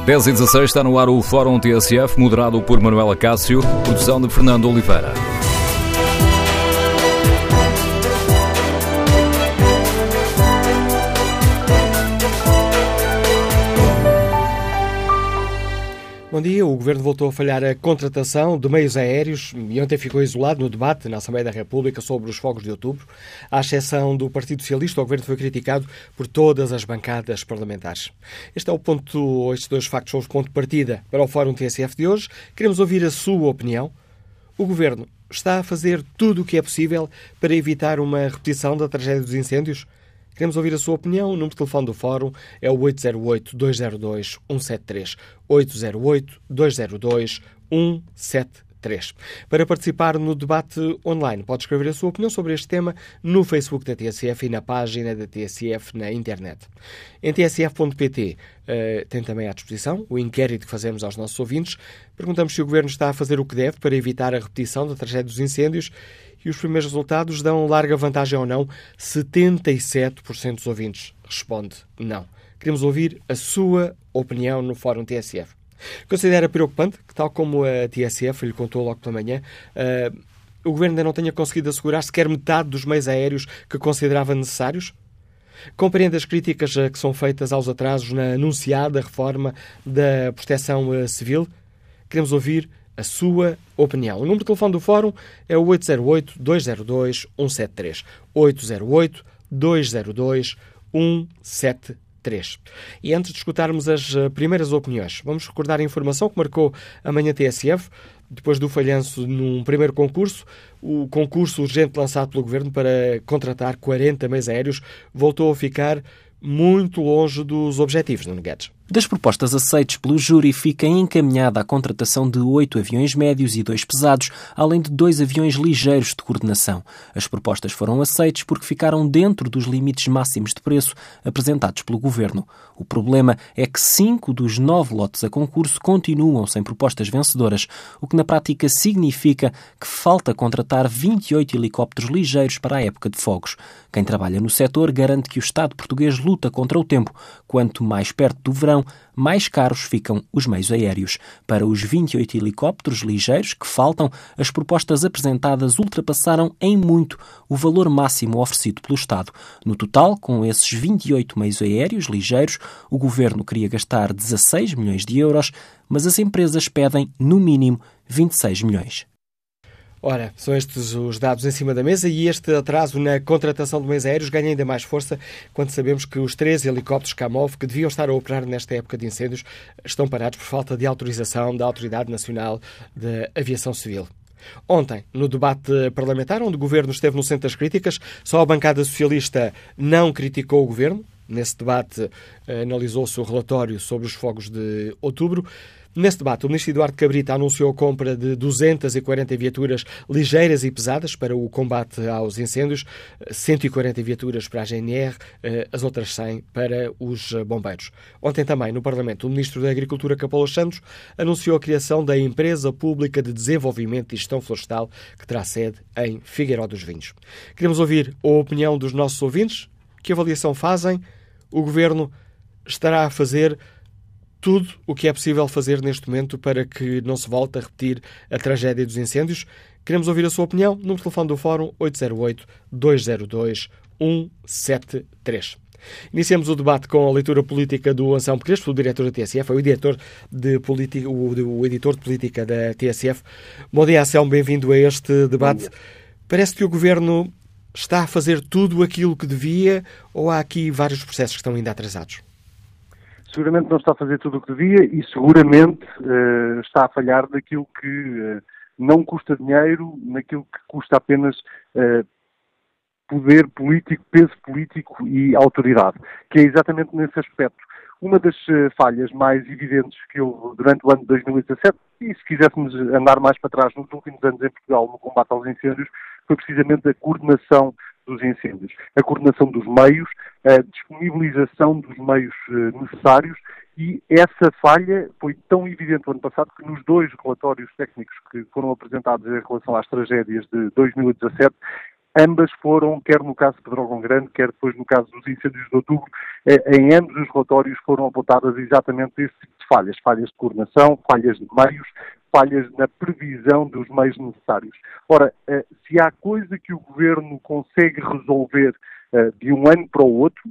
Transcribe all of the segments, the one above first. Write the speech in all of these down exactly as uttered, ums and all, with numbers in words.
dez e dezasseis está no ar o Fórum T S F, moderado por Manuela Cássio, produção de Fernando Oliveira. Bom dia. O Governo voltou a falhar a contratação de meios aéreos e ontem ficou isolado no debate na Assembleia da República sobre os fogos de outubro. À exceção do Partido Socialista, o Governo foi criticado por todas as bancadas parlamentares. Este é o ponto, estes dois factos são o ponto de partida para o Fórum T S F de hoje. Queremos ouvir a sua opinião. O Governo está a fazer tudo o que é possível para evitar uma repetição da tragédia dos incêndios? Queremos ouvir a sua opinião. O número de telefone do Fórum é o oito zero oito, dois zero dois, um sete três. oito zero oito, dois zero dois, um sete três. Para participar no debate online, pode escrever a sua opinião sobre este tema no Facebook da T S F e na página da T S F na internet. Em t s f ponto p t uh, tem também à disposição o inquérito que fazemos aos nossos ouvintes. Perguntamos se o Governo está a fazer o que deve para evitar a repetição da tragédia dos incêndios. E os primeiros resultados dão larga vantagem ou não. setenta e sete por cento dos ouvintes responde não. Queremos ouvir a sua opinião no Fórum T S F. Considera preocupante que, tal como a T S F lhe contou logo pela manhã, uh, o Governo ainda não tenha conseguido assegurar sequer metade dos meios aéreos que considerava necessários? Compreende as críticas que são feitas aos atrasos na anunciada reforma da Proteção Civil? Queremos ouvir a sua opinião. O número de telefone do Fórum é o oito zero oito, dois zero dois, um sete três. oito zero oito, dois zero dois, um sete três. E antes de escutarmos as primeiras opiniões, vamos recordar a informação que marcou a manhã T S F. Depois do falhanço num primeiro concurso, o concurso urgente lançado pelo Governo para contratar quarenta meios aéreos voltou a ficar muito longe dos objetivos, Nuno Guedes. Das propostas aceites pelo júri, fica encaminhada a contratação de oito aviões médios e dois pesados, além de dois aviões ligeiros de coordenação. As propostas foram aceites porque ficaram dentro dos limites máximos de preço apresentados pelo Governo. O problema é que cinco dos nove lotes a concurso continuam sem propostas vencedoras, o que na prática significa que falta contratar vinte e oito helicópteros ligeiros para a época de fogos. Quem trabalha no setor garante que o Estado português luta contra o tempo. Quanto mais perto do verão, mais caros ficam os meios aéreos. Para os vinte e oito helicópteros ligeiros que faltam, as propostas apresentadas ultrapassaram em muito o valor máximo oferecido pelo Estado. No total, com esses vinte e oito meios aéreos ligeiros, o Governo queria gastar dezasseis milhões de euros, mas as empresas pedem, no mínimo, vinte e seis milhões. Ora, são estes os dados em cima da mesa e este atraso na contratação de meios aéreos ganha ainda mais força quando sabemos que os três helicópteros Kamov que deviam estar a operar nesta época de incêndios estão parados por falta de autorização da Autoridade Nacional de Aviação Civil. Ontem, no debate parlamentar, onde o Governo esteve no centro das críticas, só a bancada socialista não criticou o Governo. Nesse debate analisou-se o relatório sobre os fogos de outubro. Nesse debate, o ministro Eduardo Cabrita anunciou a compra de duzentas e quarenta viaturas ligeiras e pesadas para o combate aos incêndios, cento e quarenta viaturas para a G N R, as outras cem para os bombeiros. Ontem também, no Parlamento, o ministro da Agricultura, Capolas Santos, anunciou a criação da Empresa Pública de Desenvolvimento e Gestão Florestal, que terá sede em Figueiró dos Vinhos. Queremos ouvir a opinião dos nossos ouvintes. Que avaliação fazem? O Governo estará a fazer tudo o que é possível fazer neste momento para que não se volte a repetir a tragédia dos incêndios? Queremos ouvir a sua opinião. Número de telefone do Fórum oito zero oito, dois zero dois, um sete três. Iniciamos o debate com a leitura política do Anselmo Crespo, o diretor da T S F, é o editor de, política, o, o editor de política da T S F. Bom dia, Anselmo, bem-vindo a este debate. Parece que o Governo está a fazer tudo aquilo que devia ou há aqui vários processos que estão ainda atrasados? Seguramente não está a fazer tudo o que devia e seguramente uh, está a falhar naquilo que uh, não custa dinheiro, naquilo que custa apenas uh, poder político, peso político e autoridade, que é exatamente nesse aspecto. Uma das uh, falhas mais evidentes que houve durante o ano de dois mil e dezassete, e se quiséssemos andar mais para trás nos últimos anos em Portugal no combate aos incêndios, foi precisamente a coordenação dos incêndios, a coordenação dos meios, a disponibilização dos meios uh, necessários, e essa falha foi tão evidente o ano passado que nos dois relatórios técnicos que foram apresentados em relação às tragédias de dois mil e dezassete ambas foram, quer no caso de Pedrógão Grande, quer depois no caso dos incêndios de outubro, em ambos os relatórios foram apontadas exatamente esse tipo de falhas, falhas de coordenação, falhas de meios, falhas na previsão dos meios necessários. Ora, se há coisa que o Governo consegue resolver de um ano para o outro,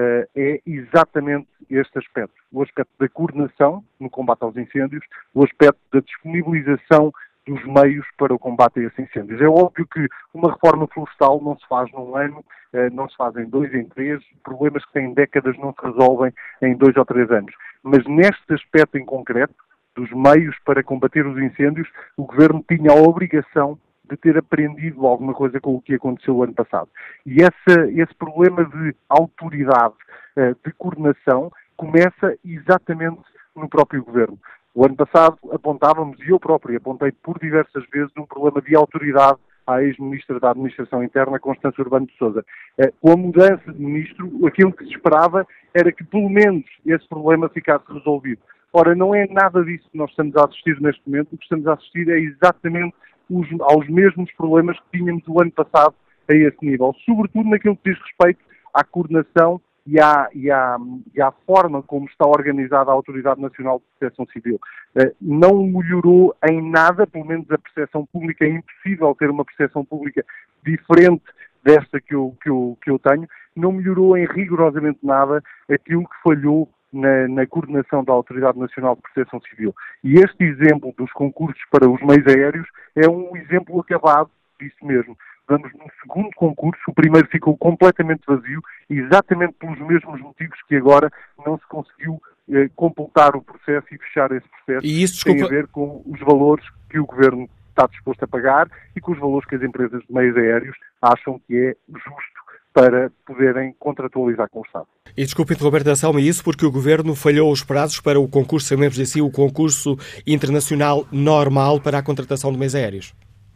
é exatamente este aspecto. O aspecto da coordenação no combate aos incêndios, o aspecto da disponibilização dos meios para o combate a esses incêndios. É óbvio que uma reforma florestal não se faz num ano, não se faz em dois, em três, problemas que têm décadas não se resolvem em dois ou três anos. Mas neste aspecto em concreto, dos meios para combater os incêndios, o Governo tinha a obrigação de ter aprendido alguma coisa com o que aconteceu o ano passado. E essa, esse problema de autoridade, de coordenação, começa exatamente no próprio Governo. O ano passado apontávamos, e eu próprio apontei por diversas vezes, um problema de autoridade à ex-ministra da Administração Interna, Constância Urbano de Sousa. Com a mudança de ministro, aquilo que se esperava era que pelo menos esse problema ficasse resolvido. Ora, não é nada disso que nós estamos a assistir neste momento. O que estamos a assistir é exatamente os, aos mesmos problemas que tínhamos o ano passado a esse nível, sobretudo naquilo que diz respeito à coordenação e à, e, à, e à forma como está organizada a Autoridade Nacional de Proteção Civil. Uh, não melhorou em nada, pelo menos a percepção pública, é impossível ter uma percepção pública diferente desta que eu, que eu, que eu tenho, não melhorou em rigorosamente nada aquilo que falhou na, na coordenação da Autoridade Nacional de Proteção Civil. E este exemplo dos concursos para os meios aéreos é um exemplo acabado disso mesmo. Vamos no segundo concurso, o primeiro ficou completamente vazio, exatamente pelos mesmos motivos que agora não se conseguiu eh, completar o processo e fechar esse processo. E isso, desculpa... tem a ver com os valores que o Governo está disposto a pagar e com os valores que as empresas de meios aéreos acham que é justo para poderem contratualizar com o Estado. E desculpe interromper a ação, mas isso porque o Governo falhou os prazos para o concurso, chamemos assim, o concurso internacional normal para a contratação de meios aéreos.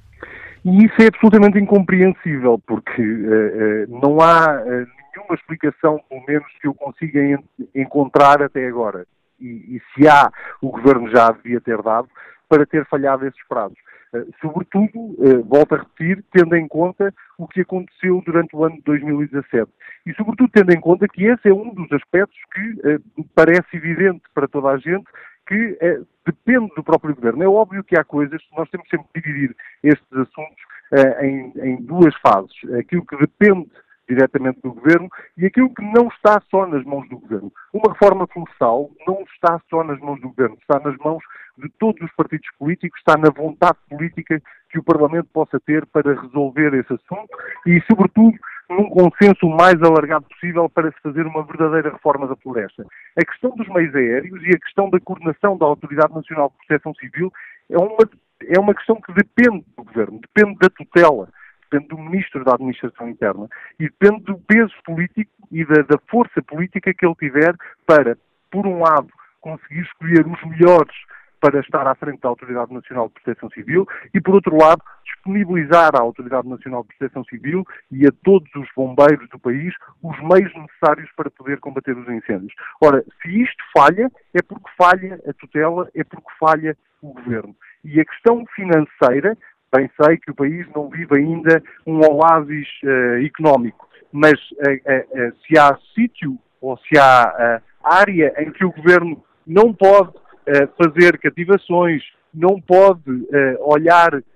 E isso é absolutamente incompreensível, porque uh, uh, não há uh, nenhuma explicação, pelo menos, que eu consiga en- encontrar até agora. E, e se há, o Governo já devia ter dado, para ter falhado esses prazos. Uh, sobretudo, uh, volto a repetir, tendo em conta o que aconteceu durante o ano de dois mil e dezassete. E sobretudo tendo em conta que esse é um dos aspectos que uh, parece evidente para toda a gente, que eh, depende do próprio Governo. É óbvio que há coisas, nós temos sempre de dividir estes assuntos eh, em, em duas fases. Aquilo que depende diretamente do Governo e aquilo que não está só nas mãos do Governo. Uma reforma florestal não está só nas mãos do Governo, está nas mãos de todos os partidos políticos, está na vontade política que o Parlamento possa ter para resolver esse assunto e, sobretudo, num consenso o mais alargado possível para se fazer uma verdadeira reforma da floresta. A questão dos meios aéreos e a questão da coordenação da Autoridade Nacional de Proteção Civil é uma, é uma questão que depende do Governo, depende da tutela, depende do Ministro da Administração Interna e depende do peso político e da, da força política que ele tiver para, por um lado, conseguir escolher os melhores para estar à frente da Autoridade Nacional de Proteção Civil e, por outro lado, disponibilizar à Autoridade Nacional de Proteção Civil e a todos os bombeiros do país os meios necessários para poder combater os incêndios. Ora, se isto falha, é porque falha a tutela, é porque falha o Governo. E a questão financeira, bem sei que o país não vive ainda um oásis uh, económico, mas uh, uh, uh, se há sítio ou se há uh, área em que o Governo não pode uh, fazer cativações, não pode uh, olhar uh,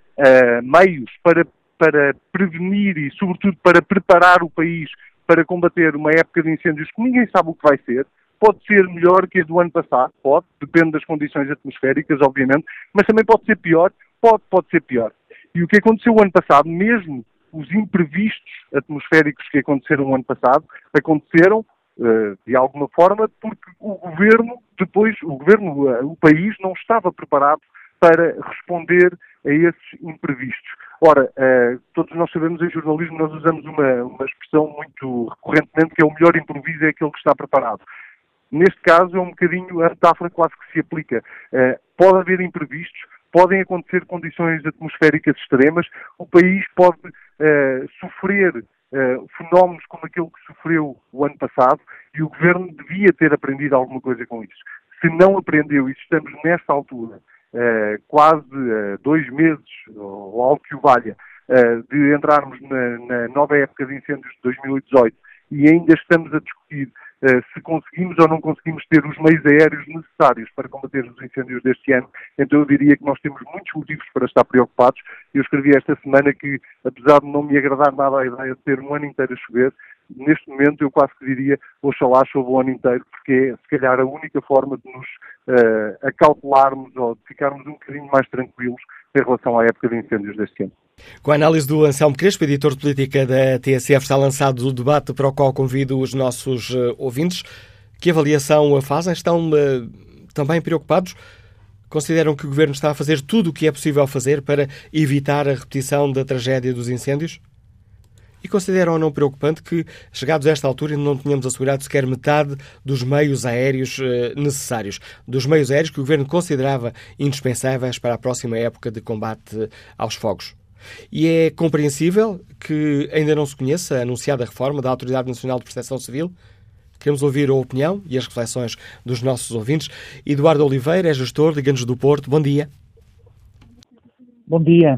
meios para, para prevenir e, sobretudo, para preparar o país para combater uma época de incêndios que ninguém sabe o que vai ser, pode ser melhor que a do ano passado, pode, depende das condições atmosféricas, obviamente, mas também pode ser pior, pode, pode ser pior. E o que aconteceu o ano passado, mesmo os imprevistos atmosféricos que aconteceram o ano passado, aconteceram, uh, de alguma forma, porque o Governo, depois, o Governo, uh, o país não estava preparado para responder a esses imprevistos. Ora, uh, todos nós sabemos, em jornalismo, nós usamos uma, uma expressão muito recorrentemente, que é o melhor improviso é aquele que está preparado. Neste caso, é um bocadinho a metáfora quase que se aplica. Uh, pode haver imprevistos, podem acontecer condições atmosféricas extremas, o país pode uh, sofrer uh, fenómenos como aquele que sofreu o ano passado e o Governo devia ter aprendido alguma coisa com isso. Se não aprendeu, e estamos nesta altura, uh, quase uh, dois meses, ou algo que o valha, uh, de entrarmos na, na nova época de incêndios de dois mil e dezoito e ainda estamos a discutir uh, se conseguimos ou não conseguimos ter os meios aéreos necessários para combater os incêndios deste ano, então eu diria que nós temos muitos motivos para estar preocupados. Eu escrevi esta semana que, apesar de não me agradar nada a ideia de ter um ano inteiro a chover, neste momento eu quase que diria oxalá chove o ano inteiro, porque é se calhar a única forma de nos uh, acautelarmos ou de ficarmos um bocadinho mais tranquilos em relação à época de incêndios deste ano. Com a análise do Anselmo Crespo, editor de política da T S F, está lançado o debate para o qual convido os nossos uh, ouvintes. Que avaliação fazem? Estão uh, também preocupados? Consideram que o Governo está a fazer tudo o que é possível fazer para evitar a repetição da tragédia dos incêndios? E consideram ou não preocupante que, chegados a esta altura, ainda não tínhamos assegurado sequer metade dos meios aéreos uh, necessários, dos meios aéreos que o Governo considerava indispensáveis para a próxima época de combate aos fogos? E é compreensível que ainda não se conheça a anunciada reforma da Autoridade Nacional de Proteção Civil? Queremos ouvir a opinião e as reflexões dos nossos ouvintes. Eduardo Oliveira é gestor de Gandos do Porto. Bom dia. Bom dia.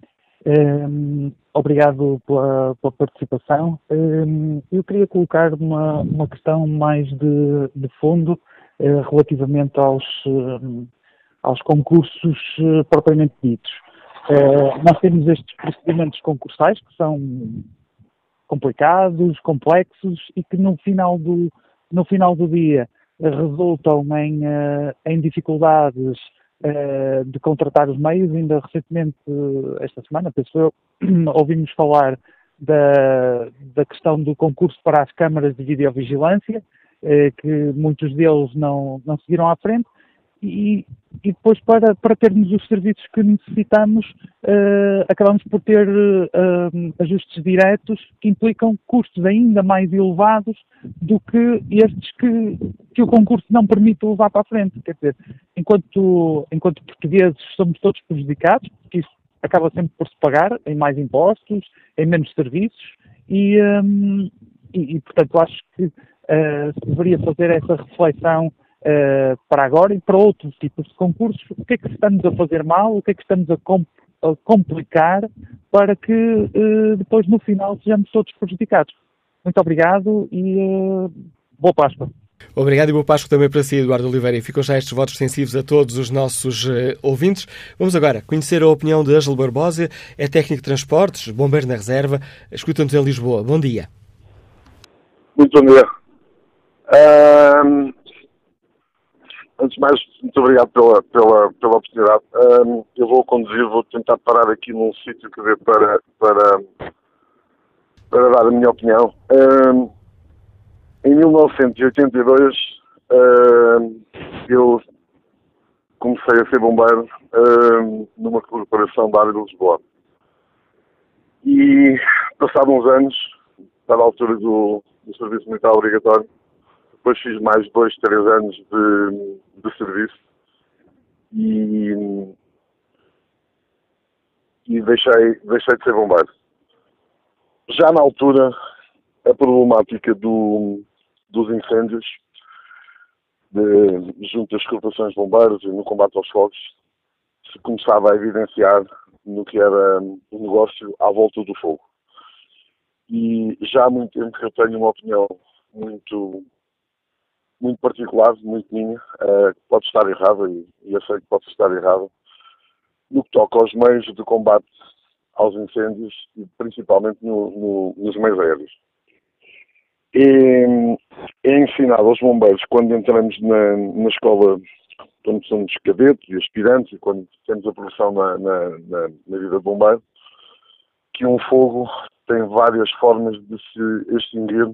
Um, obrigado pela, pela participação. Um, eu queria colocar uma, uma questão mais de, de fundo uh, relativamente aos, uh, aos concursos uh, propriamente ditos. Uh, nós temos estes procedimentos concursais que são complicados, complexos e que no final do, no final do dia uh, resultam em, uh, em dificuldades uh, de contratar os meios. Ainda recentemente, uh, esta semana, penso eu, ouvimos falar da, da questão do concurso para as câmaras de videovigilância, uh, que muitos deles não, não seguiram à frente. E, e depois, para, para termos os serviços que necessitamos, uh, acabamos por ter uh, ajustes diretos que implicam custos ainda mais elevados do que estes que, que o concurso não permite levar para a frente. Quer dizer, enquanto, enquanto portugueses somos todos prejudicados, porque isso acaba sempre por se pagar em mais impostos, em menos serviços, e, um, e, e portanto, acho que uh, se deveria fazer essa reflexão Uh, para agora e para outros tipos de concursos. O que é que estamos a fazer mal, o que é que estamos a, comp- a complicar para que uh, depois no final sejamos todos prejudicados. Muito obrigado e uh, boa Páscoa. Obrigado e boa Páscoa também para si, Eduardo Oliveira. E ficam já estes votos extensivos a todos os nossos uh, ouvintes. Vamos agora conhecer a opinião de Ângelo Barbosa, é técnico de transportes, bombeiro na reserva, escuta-nos em Lisboa. Bom dia. Muito bom dia. Um... Antes de mais, muito obrigado pela, pela, pela oportunidade. Um, eu vou conduzir, vou tentar parar aqui num sítio que dê para, para, para dar a minha opinião. Um, em mil novecentos e oitenta e dois, um, eu comecei a ser bombeiro um, numa corporação da área de Lisboa. E, passados uns anos, para a altura do, do serviço militar obrigatório, depois fiz mais dois, três anos de, de serviço e, e deixei, deixei de ser bombeiro. Já na altura, a problemática do, dos incêndios, de, junto às corporações de bombeiros e no combate aos fogos, se começava a evidenciar no que era o negócio à volta do fogo. E já há muito tempo que eu tenho uma opinião muito... muito particular, muito minha, uh, que pode estar errada, e, e eu sei que pode estar errada, no que toca aos meios de combate aos incêndios e principalmente no, no, nos meios aéreos. É, é ensinado aos bombeiros, quando entramos na, na escola, quando somos cadetes e aspirantes e quando temos a profissão na, na, na, na vida de bombeiro, que um fogo tem várias formas de se extinguir.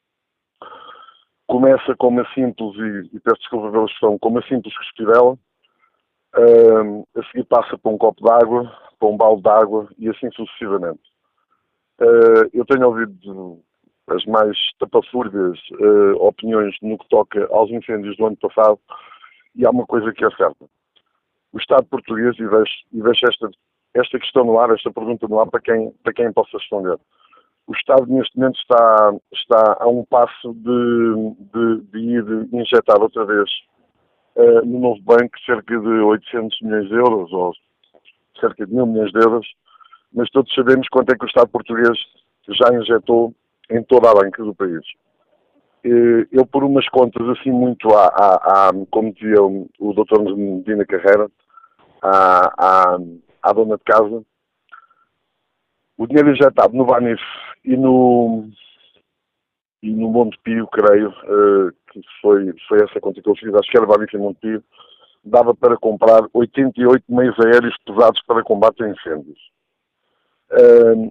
Começa com uma simples, e, e peço desculpa pela expressão, com uma simples cuspidela, uh, a seguir passa para um copo de água, para um balde de água e assim sucessivamente. Uh, eu tenho ouvido as mais tapafúrdias uh, opiniões no que toca aos incêndios do ano passado e há uma coisa que é certa. O Estado português, e deixo, e deixo esta, esta questão no ar, esta pergunta no ar para quem, para quem possa responder. O Estado, neste momento, está, está a um passo de, de, de ir injetar outra vez uh, no novo banco cerca de oitocentos milhões de euros, ou cerca de mil milhões de euros, mas todos sabemos quanto é que o Estado português já injetou em toda a banca do país. Eu, por umas contas assim muito, à, à, à, como dizia o, o doutor Medina Carreira, à, à, à dona de casa, o dinheiro injetado no Banif e no, e no Montepio, creio, uh, que foi, foi essa conta que eu fiz, acho que era Banif e Montepio, dava para comprar oitenta e oito meios aéreos pesados para combate a incêndios. Uh,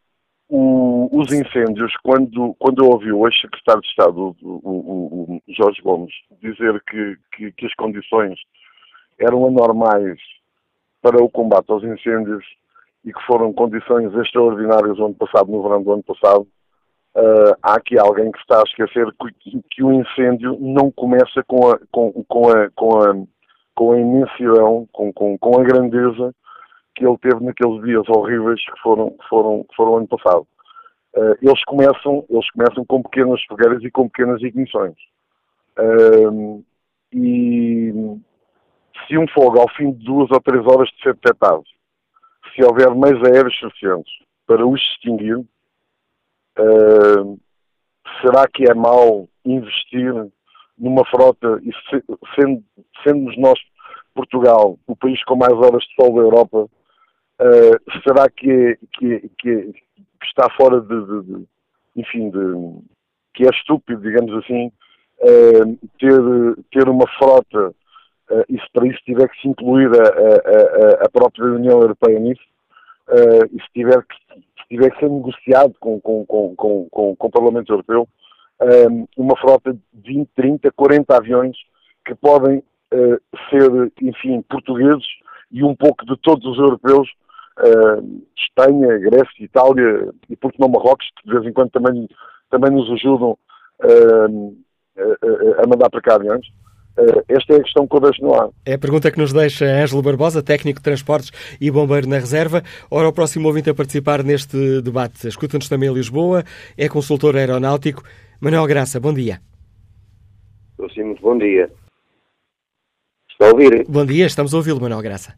o, os incêndios, quando, quando eu ouvi o ex-secretário de Estado, o, o, o Jorge Gomes, dizer que, que, que as condições eram anormais para o combate aos incêndios e que foram condições extraordinárias o ano passado, no verão do ano passado, uh, há aqui alguém que está a esquecer que, que o incêndio não começa com a, com, com a, com a, com a imensidão, com, com, com a grandeza que ele teve naqueles dias horríveis que foram, que foram, que foram ano passado. Uh, eles, começam, eles começam com pequenas fogueiras e com pequenas ignições. Uh, e se um fogo, ao fim de duas ou três horas de ser detectado, se houver meios aéreos suficientes para os extinguir, uh, será que é mau investir numa frota, e se, sendo, sendo nós, Portugal, o país com mais horas de sol da Europa, uh, será que, é, que, é, que, é, que está fora de, de, de, enfim, de, que é estúpido, digamos assim, uh, ter, ter uma frota, uh, e se para isso tiver que se incluir a, a, a própria União Europeia nisso, uh, e se tiver que, se tiver que ser negociado com, com, com, com, com, com o Parlamento Europeu, uh, uma frota de vinte, trinta, quarenta aviões que podem uh, ser, enfim, portugueses e um pouco de todos os europeus, uh, Espanha, Grécia, Itália e por que não Marrocos, que de vez em quando também, também nos ajudam uh, a, a mandar para cá aviões. Uh, esta é a questão que eu deixo no ar. É a pergunta que nos deixa Ângelo Barbosa, técnico de transportes e bombeiro na reserva. Ora, o próximo ouvinte a participar neste debate. Escuta-nos também em Lisboa, é consultor aeronáutico. Manuel Graça, bom dia. Estou sim, muito bom dia. Está a ouvir? Bom dia, estamos a ouvi-lo, Manuel Graça.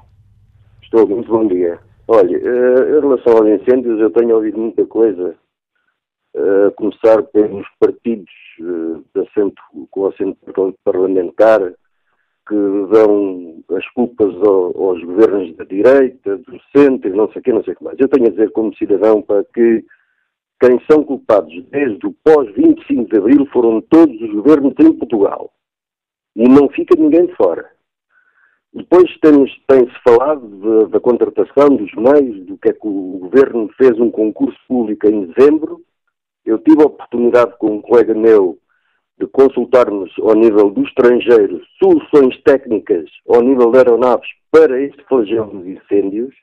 Estou, muito bom dia. Olha, uh, em relação aos incêndios, eu tenho ouvido muita coisa, a uh, começar pelos partidos uh, de assento, com assento parlamentar, que dão as culpas ao, aos governos da direita, do centro, não sei o que, não sei o que mais. Eu tenho a dizer como cidadão para que quem são culpados desde o pós vinte e cinco de Abril foram todos os governos em Portugal. E não fica ninguém de fora. Depois tem-se tem falado de, da contratação dos meios, do que é que o governo fez um concurso público em dezembro. Eu tive a oportunidade com um colega meu de consultarmos ao nível do estrangeiro soluções técnicas ao nível de aeronaves para este flagelo dos incêndios.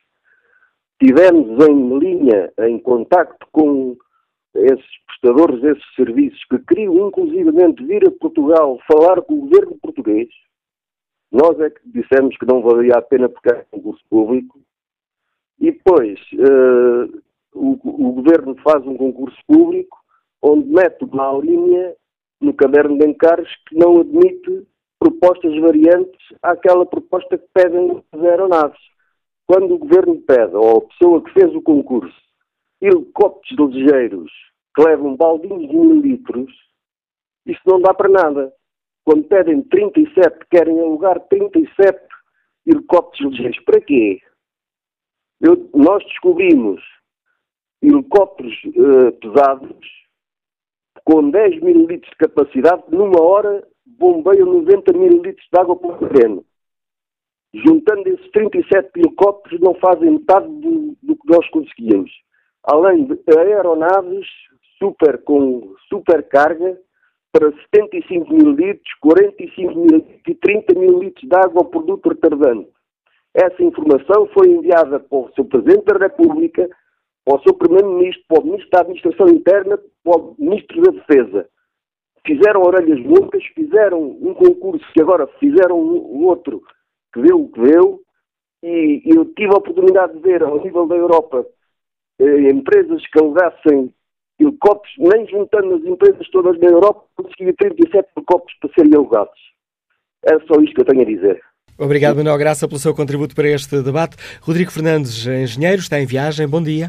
Tivemos em linha, em contacto com esses prestadores, esses serviços que queriam inclusivamente vir a Portugal falar com o governo português. Nós é que dissemos que não valia a pena porque é concurso público. E depois uh, o, o governo faz um concurso público onde mete uma linha no caderno de encargos que não admite propostas variantes àquela proposta que pedem as aeronaves. Quando o governo pede, ou a pessoa que fez o concurso, helicópteros ligeiros que levam baldinhos de mil litros, isso não dá para nada. Quando pedem trinta e sete, querem alugar trinta e sete helicópteros ligeiros. Para quê? Eu, nós descobrimos helicópteros uh, pesados com dez mil litros de capacidade, numa hora bombeiam noventa mil litros de água para o terreno. Juntando esses trinta e sete helicópteros, não fazem metade do, do que nós conseguimos. Além de aeronaves super, com super carga para setenta e cinco mil litros, quarenta e cinco mil litros e trinta mil litros de água ao produto retardante. Essa informação foi enviada para o seu Presidente da República, para o seu Primeiro-Ministro, para o Ministro da Administração Interna, para o Ministro da Defesa. Fizeram orelhas loucas, fizeram um concurso que agora fizeram um outro que deu o que deu, e eu tive a oportunidade de ver ao nível da Europa eh, empresas que alugassem helicópteros, nem juntando as empresas todas da Europa, conseguia trinta e sete helicópteros para serem alugados. É só isto que eu tenho a dizer. Obrigado, Manuel Graça, pelo seu contributo para este debate. Rodrigo Fernandes, engenheiro, está em viagem. Bom dia.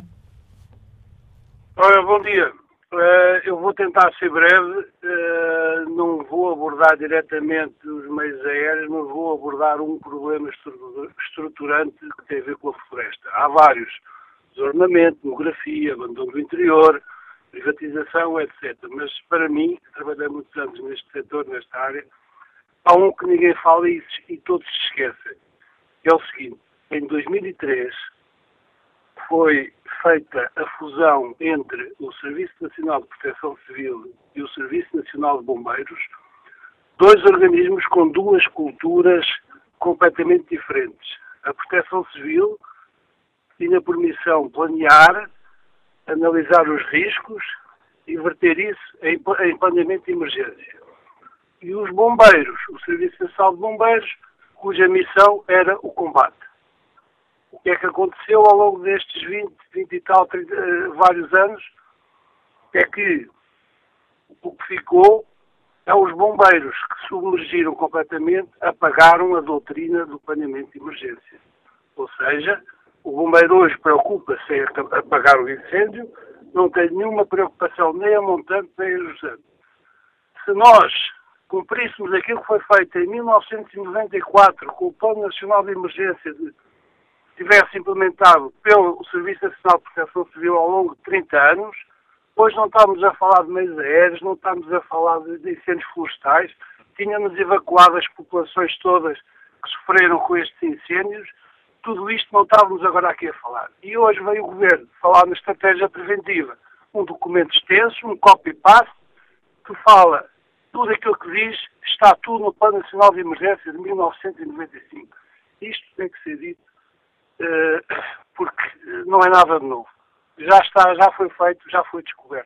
Ora, bom dia. Uh, eu vou tentar ser breve. Uh, não vou abordar diretamente os meios aéreos, mas vou abordar um problema estruturante que tem a ver com a floresta. Há vários. Desarmamento, demografia, abandono do interior, privatização, etcétera. Mas, para mim, que trabalhei muitos anos neste setor, nesta área, há um que ninguém fala e, e todos se esquecem. É o seguinte, em dois mil e três foi feita a fusão entre o Serviço Nacional de Proteção Civil e o Serviço Nacional de Bombeiros, dois organismos com duas culturas completamente diferentes. A Proteção Civil tinha por missão planear, analisar os riscos e verter isso em, em planeamento de emergência. E os bombeiros, o Serviço Nacional de Bombeiros, cuja missão era o combate. O que é que aconteceu ao longo destes vinte, vinte e tal, trinta, vários anos? É que o que ficou é os bombeiros que submergiram completamente, apagaram a doutrina do planeamento de emergência. Ou seja, o bombeiro hoje preocupa-se em apagar o incêndio, não tem nenhuma preocupação nem a montante nem a jusante. Se nós cumpríssemos aquilo que foi feito em mil novecentos e noventa e quatro com o Plano Nacional de Emergência, de, tivesse implementado pelo Serviço Nacional de Proteção Civil ao longo de trinta anos, hoje não estamos a falar de meios aéreos, não estamos a falar de, de incêndios florestais, tínhamos evacuado as populações todas que sofreram com estes incêndios, tudo isto não estávamos agora aqui a falar. E hoje veio o Governo falar na estratégia preventiva, um documento extenso, um copy-paste, que fala tudo aquilo que diz, está tudo no Plano Nacional de Emergência de mil novecentos e noventa e cinco. Isto tem que ser dito uh, porque não é nada de novo. Já está, já foi feito, já foi descoberto.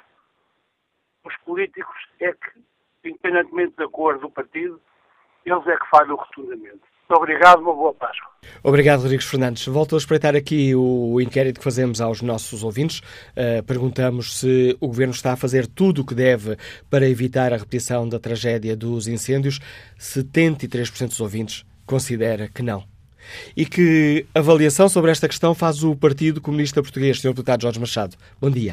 Os políticos é que, independentemente da cor do partido, eles é que falham rotundamente. Muito obrigado, uma boa Páscoa. Obrigado, Rodrigues Fernandes. Volto a espreitar aqui o inquérito que fazemos aos nossos ouvintes. Uh, perguntamos se o Governo está a fazer tudo o que deve para evitar a repetição da tragédia dos incêndios. setenta e três por cento dos ouvintes considera que não. E que avaliação sobre esta questão faz o Partido Comunista Português, senhor Deputado Jorge Machado? Bom dia.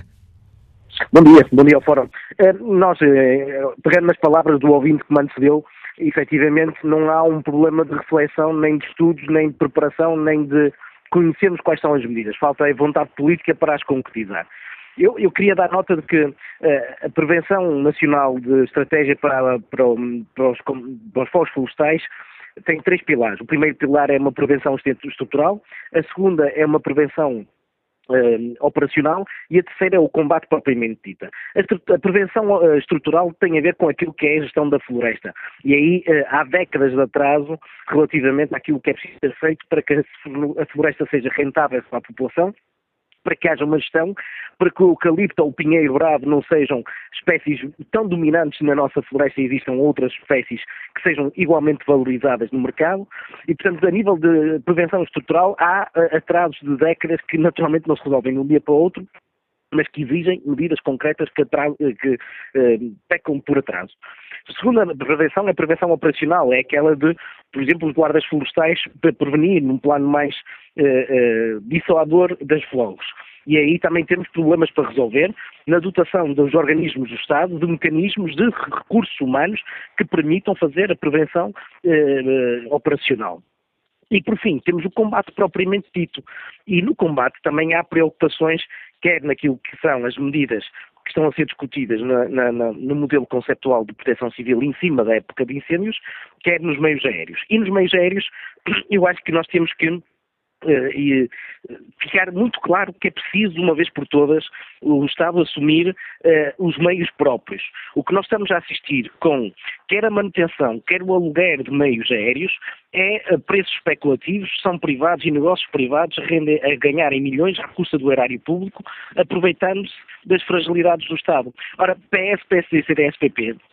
Bom dia, bom dia ao Fórum. Uh, nós, uh, pegando nas palavras do ouvinte que me antecedeu, efetivamente não há um problema de reflexão, nem de estudos, nem de preparação, nem de conhecermos quais são as medidas. Falta a vontade política para as concretizar. Eu, eu queria dar nota de que uh, a Prevenção Nacional de Estratégia para, para, para, os, para os fogos florestais tem três pilares. O primeiro pilar é uma prevenção estrutural, a segunda é uma prevenção Uh, operacional e a terceira é o combate propriamente dita. A, a prevenção uh, estrutural tem a ver com aquilo que é a gestão da floresta e aí uh, há décadas de atraso relativamente àquilo que é preciso ser feito para que a floresta seja rentável para a população, para que haja uma gestão, para que o eucalipto ou o pinheiro bravo não sejam espécies tão dominantes na nossa floresta e existam outras espécies que sejam igualmente valorizadas no mercado. E, portanto, a nível de prevenção estrutural, há atrasos de décadas que naturalmente não se resolvem de um dia para o outro, mas que exigem medidas concretas que, que eh, pecam por atraso. A segunda prevenção é a prevenção operacional, é aquela de, por exemplo, os guardas florestais para prevenir num plano mais eh, eh, dissuador das fogos. E aí também temos problemas para resolver na dotação dos organismos do Estado de mecanismos de recursos humanos que permitam fazer a prevenção eh, eh, operacional. E, por fim, temos o combate propriamente dito. E no combate também há preocupações, quer naquilo que são as medidas que estão a ser discutidas na, na, na, no modelo conceptual de proteção civil em cima da época de incêndios, quer nos meios aéreos. E nos meios aéreos, eu acho que nós temos que Uh, e uh, ficar muito claro que é preciso, uma vez por todas, o Estado assumir uh, os meios próprios. O que nós estamos a assistir com quer a manutenção, quer o aluguer de meios aéreos, é a preços especulativos, são privados e negócios privados a, render, a ganharem milhões à custa do erário público, aproveitando-se das fragilidades do Estado. Ora, P S, P S D, C D S, P P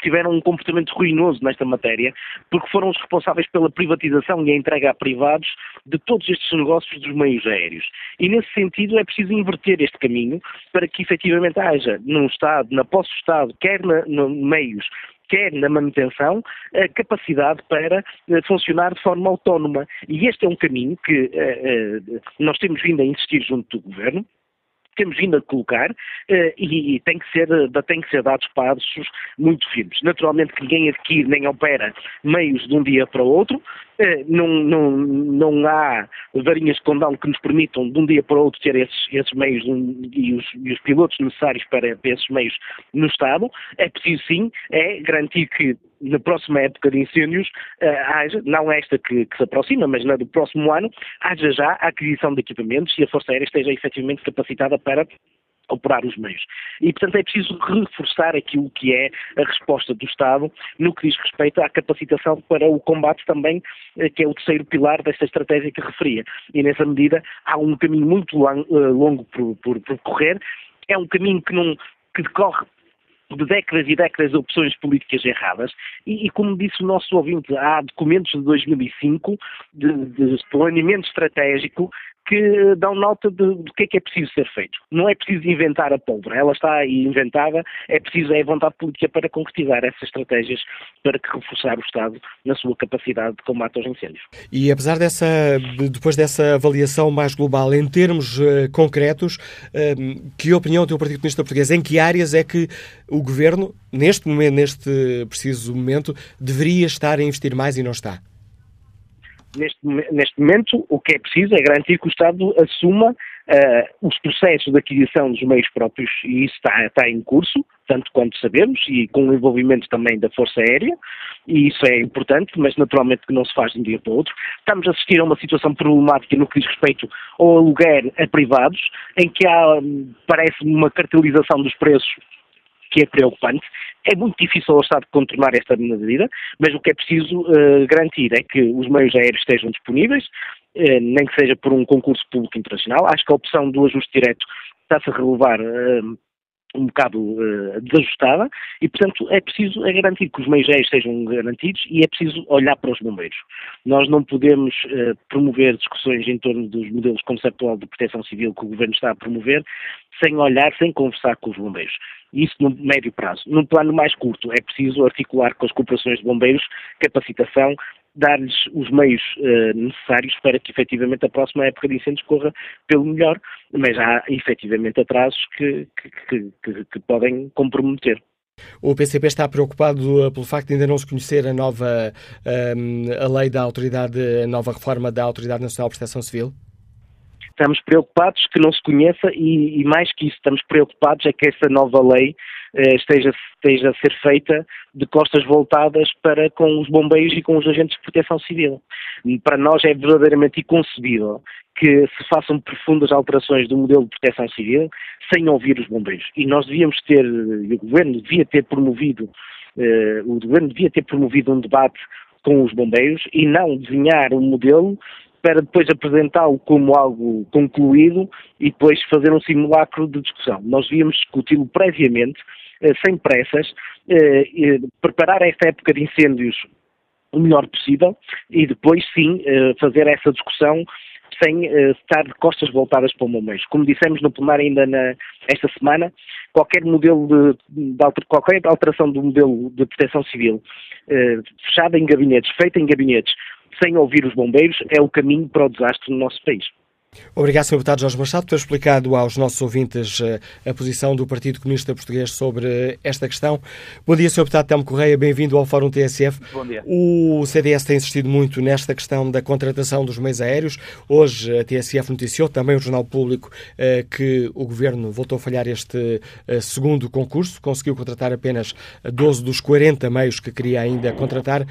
tiveram um comportamento ruinoso nesta matéria, porque foram os responsáveis pela privatização e a entrega a privados de todos estes negócios dos meios aéreos. E nesse sentido é preciso inverter este caminho para que efetivamente haja no Estado, na posse do Estado, quer na, no meios, quer na manutenção, a capacidade para uh, funcionar de forma autónoma. E este é um caminho que uh, uh, nós temos vindo a insistir junto do Governo, temos vindo a colocar uh, e, e tem, que ser, uh, tem que ser dados passos muito firmes. Naturalmente que ninguém adquire nem opera meios de um dia para o outro, uh, não, não, não há varinhas de condão que nos permitam de um dia para o outro ter esses, esses meios um, e, os, e os pilotos necessários para, para esses meios no Estado. É preciso sim, é garantir que na próxima época de incêndios, uh, haja, não esta que, que se aproxima, mas na do próximo ano, haja já a aquisição de equipamentos e a Força Aérea esteja efetivamente capacitada para operar os meios. E, portanto, é preciso reforçar aquilo que é a resposta do Estado no que diz respeito à capacitação para o combate também, que é o terceiro pilar desta estratégia que referia. E, nessa medida, há um caminho muito long, longo por, por, por correr. É um caminho que, não, que decorre de décadas e décadas de opções políticas erradas e, e, como disse o nosso ouvinte, há documentos de dois mil e cinco de, de planeamento estratégico que dão nota de, do que é que é preciso ser feito. Não é preciso inventar a pólvora, ela está aí inventada, é preciso é vontade política para concretizar essas estratégias para que reforçar o Estado na sua capacidade de combate aos incêndios. E apesar dessa, depois dessa avaliação mais global, em termos uh, concretos, uh, que opinião tem o Partido Comunista Português? Em que áreas é que o Governo, neste momento, neste preciso momento, deveria estar a investir mais e não está? Neste, neste momento, o que é preciso é garantir que o Estado assuma uh, os processos de aquisição dos meios próprios, e isso está, está em curso, tanto quanto sabemos, e com o envolvimento também da Força Aérea, e isso é importante, mas naturalmente que não se faz de um dia para o outro. Estamos a assistir a uma situação problemática no que diz respeito ao aluguer a privados, em que há, parece, uma cartelização dos preços que é preocupante. É muito difícil ao Estado contornar esta medida, mas o que é preciso uh, garantir é que os meios aéreos estejam disponíveis, uh, nem que seja por um concurso público internacional. Acho que a opção do ajuste direto está-se a relevar uh, um bocado uh, desajustada e, portanto, é preciso é garantir que os meios aéreos sejam garantidos e é preciso olhar para os bombeiros. Nós não podemos uh, promover discussões em torno dos modelos conceptual de proteção civil que o Governo está a promover sem olhar, sem conversar com os bombeiros. Isso no médio prazo. No plano mais curto, é preciso articular com as corporações de bombeiros capacitação, dar-lhes os meios uh, necessários para que efetivamente a próxima época de incêndios corra pelo melhor, mas há efetivamente atrasos que, que, que, que podem comprometer. O P C P está preocupado pelo facto de ainda não se conhecer a nova um, a lei da autoridade, a nova reforma da Autoridade Nacional de Proteção Civil? Estamos preocupados que não se conheça e, e mais que isso, estamos preocupados é que essa nova lei eh, esteja, esteja a ser feita de costas voltadas para com os bombeiros e com os agentes de proteção civil. E para nós é verdadeiramente inconcebível que se façam profundas alterações do modelo de proteção civil sem ouvir os bombeiros. E nós devíamos ter, e o Governo devia ter promovido, eh, o Governo devia ter promovido um debate com os bombeiros e não desenhar um modelo para depois apresentá-lo como algo concluído e depois fazer um simulacro de discussão. Nós devíamos discuti-lo previamente, eh, sem pressas, eh, eh, preparar esta época de incêndios o melhor possível e depois sim eh, fazer essa discussão sem eh, estar de costas voltadas para o bombeiros. Como dissemos no plenário ainda na, esta semana, qualquer modelo de, de alter, qualquer alteração do modelo de proteção civil eh, fechada em gabinetes, feita em gabinetes, sem ouvir os bombeiros, é o caminho para o desastre no nosso país. Obrigado, senhor Deputado Jorge Machado, por ter explicado aos nossos ouvintes a posição do Partido Comunista Português sobre esta questão. Bom dia, senhor Deputado Telmo Correia, bem-vindo ao Fórum T S F. Bom dia. O C D S tem insistido muito nesta questão da contratação dos meios aéreos. Hoje a T S F noticiou, também o Jornal Público, que o Governo voltou a falhar este segundo concurso, conseguiu contratar apenas doze dos quarenta meios que queria ainda contratar.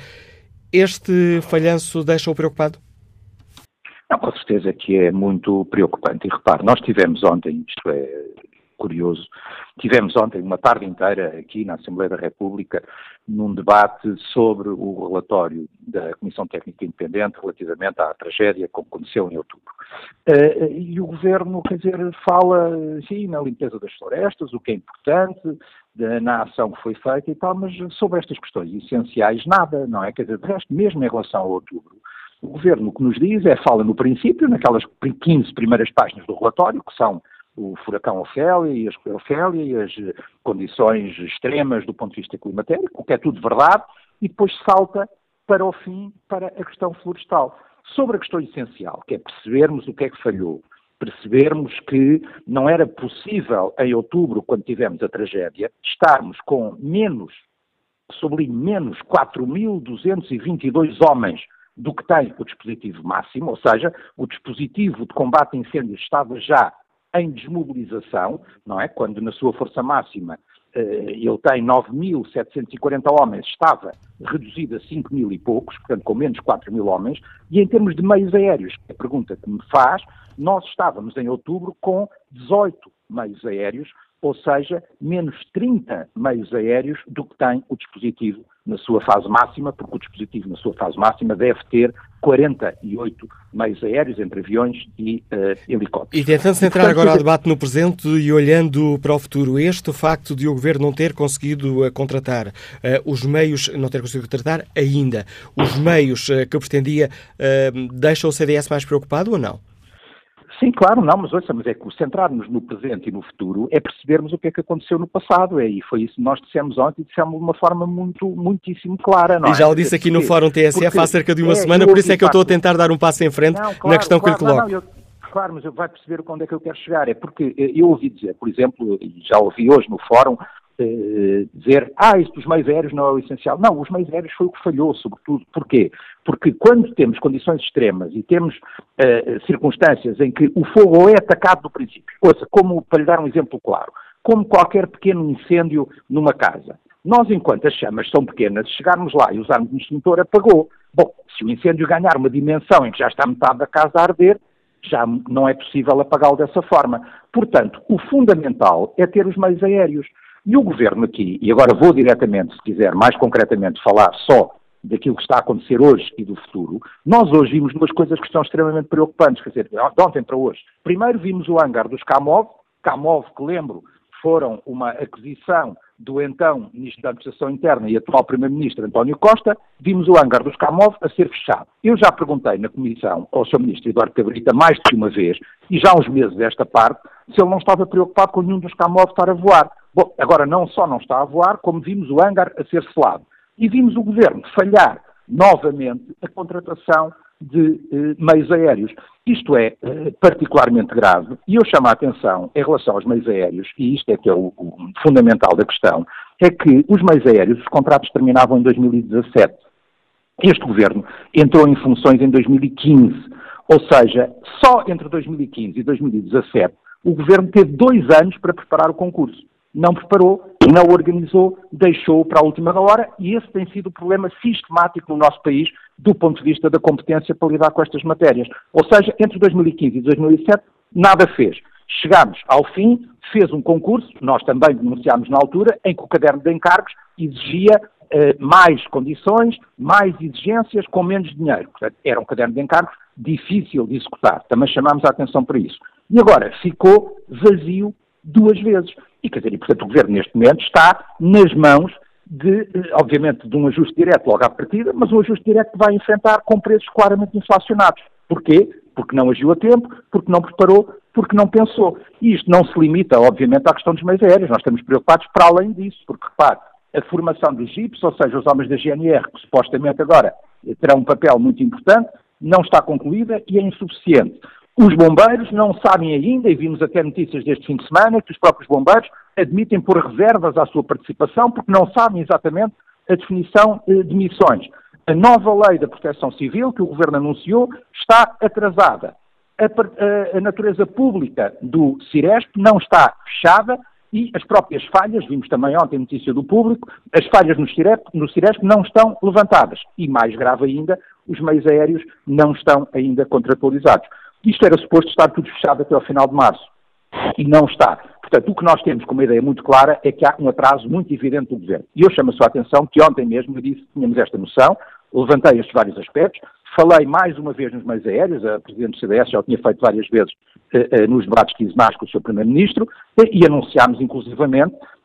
Este falhanço deixa-o preocupado? Não, com certeza que é muito preocupante. E repare, nós tivemos ontem, isto é curioso, tivemos ontem uma tarde inteira aqui na Assembleia da República num debate sobre o relatório da Comissão Técnica Independente relativamente à tragédia que aconteceu em outubro. Uh, e o Governo, quer dizer, fala, sim, na limpeza das florestas, o que é importante, de, na ação que foi feita e tal, mas sobre estas questões essenciais nada, não é? Quer dizer, de resto, mesmo em relação a outubro, o Governo o que nos diz é, fala no princípio, naquelas quinze primeiras páginas do relatório, que são o furacão Ofélia e as, Ofélia e as condições extremas do ponto de vista climatérico, o que é tudo verdade, e depois salta para o fim, para a questão florestal. Sobre a questão essencial, que é percebermos o que é que falhou, percebermos que não era possível, em outubro, quando tivemos a tragédia, estarmos com menos, sublinho, menos quatro mil duzentos e vinte e dois homens do que tem o dispositivo máximo, ou seja, o dispositivo de combate a incêndios estava já em desmobilização, não é? Quando na sua força máxima ele tem nove mil setecentos e quarenta homens, estava reduzido a cinco mil e poucos, portanto com menos quatro mil homens, e em termos de meios aéreos, a pergunta que me faz, nós estávamos em outubro com dezoito meios aéreos, ou seja, menos trinta meios aéreos do que tem o dispositivo na sua fase máxima, porque o dispositivo na sua fase máxima deve ter quarenta e oito meios aéreos, entre aviões e uh, helicópteros. E tentando-se entrar agora ao debate no presente e olhando para o futuro, este o facto de o Governo não ter conseguido uh, contratar uh, os meios, não ter conseguido contratar ainda, os meios uh, que pretendia, uh, deixa o C D S mais preocupado ou não? Sim, claro, não, mas ouça, mas é que centrarmos no presente e no futuro é percebermos o que é que aconteceu no passado, é, e foi isso que nós dissemos ontem e dissemos de uma forma muito, muitíssimo clara, não é? E já o disse aqui no Fórum T S F há cerca de uma é, semana, por isso é que eu estou a tentar dar um passo em frente não, claro, na questão claro, que lhe coloco. Não, não, eu, claro, mas eu vai perceber onde é que eu quero chegar, é porque eu ouvi dizer, por exemplo, e já ouvi hoje no Fórum, Uh, dizer, ah, isso dos meios aéreos não é o essencial. Não, os meios aéreos foi o que falhou, sobretudo. Porquê? Porque quando temos condições extremas e temos uh, circunstâncias em que o fogo é atacado do princípio, ouça, como, para lhe dar um exemplo claro, como qualquer pequeno incêndio numa casa. Nós, enquanto as chamas são pequenas, chegarmos lá e usarmos um extintor, apagou. Bom, se o incêndio ganhar uma dimensão em que já está metade da casa a arder, já não é possível apagá-lo dessa forma. Portanto, o fundamental é ter os meios aéreos. E o Governo aqui, e agora vou diretamente, se quiser, mais concretamente, falar só daquilo que está a acontecer hoje e do futuro, nós hoje vimos duas coisas que estão extremamente preocupantes, quer dizer, de ontem para hoje. Primeiro vimos o hangar dos Kamov, Kamov, que lembro, foram uma aquisição do então Ministro da Administração Interna e atual Primeiro-Ministro António Costa, vimos o hangar dos Kamov a ser fechado. Eu já perguntei na Comissão ao seu Ministro Eduardo Cabrita mais de uma vez, e já há uns meses desta parte, se ele não estava preocupado com nenhum dos Kamov estar a voar. Bom, agora não só não está a voar, como vimos o hangar a ser selado. E vimos o Governo falhar novamente a contratação de eh, meios aéreos. Isto é eh, particularmente grave, e eu chamo a atenção em relação aos meios aéreos, e isto é que é o, o fundamental da questão, é que os meios aéreos, os contratos terminavam em dois mil e dezassete. Este Governo entrou em funções em dois mil e quinze, ou seja, só entre dois mil e quinze e dois mil e dezassete o Governo teve dois anos para preparar o concurso. Não preparou, não organizou, deixou para a última hora, e esse tem sido o problema sistemático no nosso país do ponto de vista da competência para lidar com estas matérias. Ou seja, entre dois mil e quinze e dois mil e sete, nada fez. Chegámos ao fim, fez um concurso, nós também denunciámos na altura, em que o caderno de encargos exigia eh, mais condições, mais exigências, com menos dinheiro. Portanto, era um caderno de encargos difícil de executar. Também chamámos a atenção para isso. E agora ficou vazio duas vezes. E, quer dizer, e, portanto, o Governo, neste momento, está nas mãos de, obviamente, de um ajuste direto logo à partida, mas um ajuste direto que vai enfrentar com preços claramente inflacionados. Porquê? Porque não agiu a tempo, porque não preparou, porque não pensou. E isto não se limita, obviamente, à questão dos meios aéreos. Nós estamos preocupados para além disso, porque, repare, a formação dos G I Ps, ou seja, os homens da G N R, que supostamente agora terão um papel muito importante, não está concluída e é insuficiente. Os bombeiros não sabem ainda, e vimos até notícias deste fim de semana, que os próprios bombeiros admitem pôr reservas à sua participação porque não sabem exatamente a definição de missões. A nova lei da proteção civil, que o Governo anunciou, está atrasada. A, a, a natureza pública do Ciresp não está fechada e as próprias falhas, vimos também ontem notícia do Público, as falhas no Ciresp, no Ciresp não estão levantadas. E mais grave ainda, os meios aéreos não estão ainda contratualizados. Isto era suposto estar tudo fechado até ao final de março. E não está. Portanto, o que nós temos como ideia muito clara é que há um atraso muito evidente do Governo. E eu chamo a sua atenção que ontem mesmo eu disse que tínhamos esta noção, levantei estes vários aspectos, falei mais uma vez nos meios aéreos, a Presidente do C D S já o tinha feito várias vezes eh, eh, nos debates quinzenais com o seu Primeiro-Ministro, e, e anunciámos inclusivamente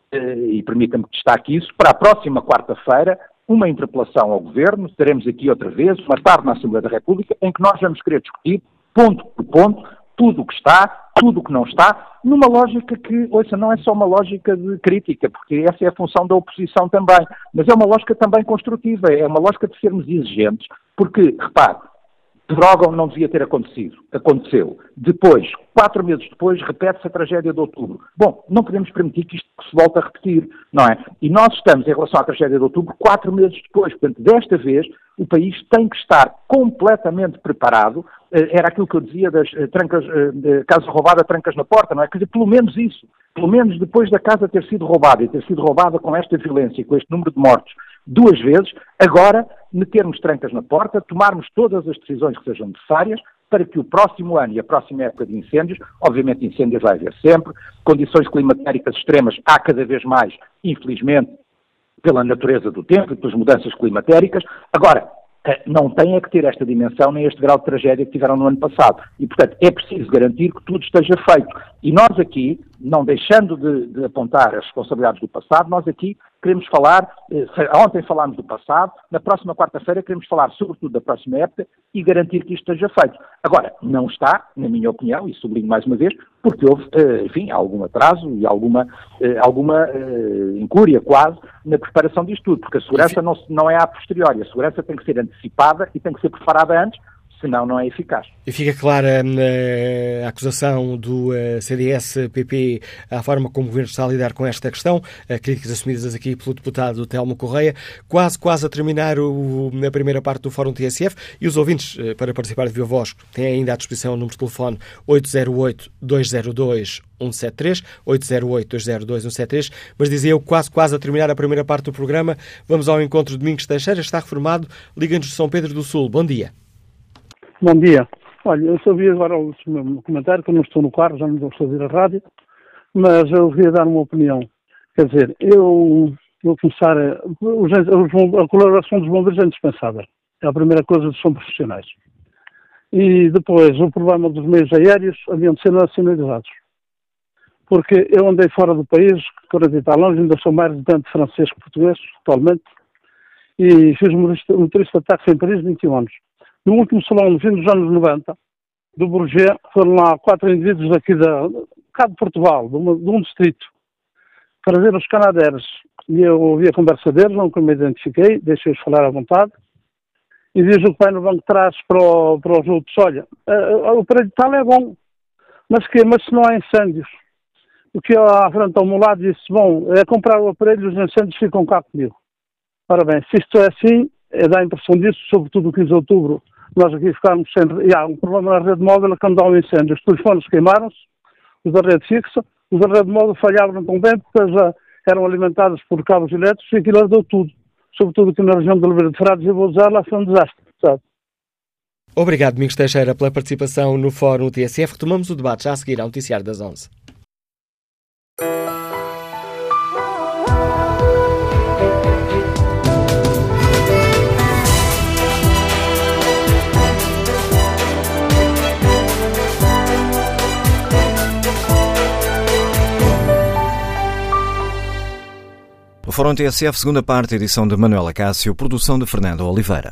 e permita-me que destaque isso, para a próxima quarta-feira, uma interpelação ao Governo, teremos aqui outra vez, uma tarde na Assembleia da República, em que nós vamos querer discutir, ponto por ponto, tudo o que está, tudo o que não está, numa lógica que, ouça, não é só uma lógica de crítica, porque essa é a função da oposição também, mas é uma lógica também construtiva, é uma lógica de sermos exigentes, porque, repare, Pedrógão não devia ter acontecido. Aconteceu. Depois, quatro meses depois, repete-se a tragédia de outubro. Bom, não podemos permitir que isto se volte a repetir, não é? E nós estamos, em relação à tragédia de outubro, quatro meses depois. Portanto, desta vez, o país tem que estar completamente preparado. Era aquilo que eu dizia das trancas, de casa roubada, trancas na porta, não é? Quer dizer, pelo menos isso. Pelo menos depois da casa ter sido roubada e ter sido roubada com esta violência, com este número de mortos, duas vezes, agora metermos trancas na porta, tomarmos todas as decisões que sejam necessárias para que o próximo ano e a próxima época de incêndios, obviamente incêndios vai haver sempre, condições climatéricas extremas há cada vez mais, infelizmente, pela natureza do tempo e pelas mudanças climatéricas. Agora, não tem é que ter esta dimensão nem este grau de tragédia que tiveram no ano passado. E, portanto, é preciso garantir que tudo esteja feito. E nós aqui, não deixando de, de apontar as responsabilidades do passado, nós aqui queremos falar, eh, ontem falámos do passado, na próxima quarta-feira queremos falar sobretudo da próxima época e garantir que isto esteja feito. Agora, não está, na minha opinião, e sublinho mais uma vez, porque houve, eh, enfim, algum atraso e alguma, eh, alguma eh, incúria quase na preparação disto tudo, porque a segurança não, não é a posteriori, a segurança tem que ser antecipada e tem que ser preparada antes, senão não é eficaz. E fica clara uh, a acusação do uh, C D S P P à forma como o Governo está a lidar com esta questão, uh, críticas assumidas aqui pelo deputado Telmo Correia, quase, quase a terminar o, na primeira parte do Fórum T S F, e os ouvintes, uh, para participar de viva voz, têm ainda à disposição o número de telefone oito zero oito, dois zero dois, um sete três, oito zero oito, dois zero dois, um sete três, mas dizia eu, quase, quase a terminar a primeira parte do programa, vamos ao encontro de Domingos Teixeira, está reformado, Liga-nos de São Pedro do Sul. Bom dia. Bom dia. Olha, eu sabia agora o último comentário, que eu não estou no carro, já não estou a ouvir a rádio, mas eu queria dar uma opinião. Quer dizer, eu vou começar a... A colaboração dos bombeiros é indispensável. É a primeira coisa, são profissionais. E depois, o problema dos meios aéreos haviam de ser nacionalizados. Porque eu andei fora do país, quarenta e tal anos, ainda sou mais residente francês que português, atualmente, e fiz um motorista de táxi em Paris vinte e um anos. No último salão, no fim dos anos noventa, do Bourget, foram lá quatro indivíduos daqui da, cá de Portugal, de, uma, de um distrito, para ver os Canadairs. E eu ouvi a conversa deles, nunca me identifiquei, deixei-os falar à vontade, e diz o pai no banco de trás para, o, para os outros, olha, uh, o prédio tal é bom, mas, que, mas se não há incêndios? O que eu à frente ao meu lado disse, bom, é comprar o aparelho, os incêndios ficam cá comigo. Ora bem, se isto é assim, é dá a impressão disso, sobretudo o quinze de outubro, nós aqui ficámos sem... E há um problema na rede móvel é quando há um incêndio. Os telefones queimaram-se, os da rede fixa, os da rede móvel falhavam também porque já eram alimentados por cabos elétricos e aquilo deu tudo. Sobretudo aqui na região de Oliveira de Frades, eu vou usar, lá foi um desastre, sabe? Obrigado, Domingos Teixeira, pela participação no Fórum T S F. Retomamos o debate já a seguir ao noticiário das onze. O Fórum T S F, segunda parte, edição de Manuela Cássio, produção de Fernando Oliveira.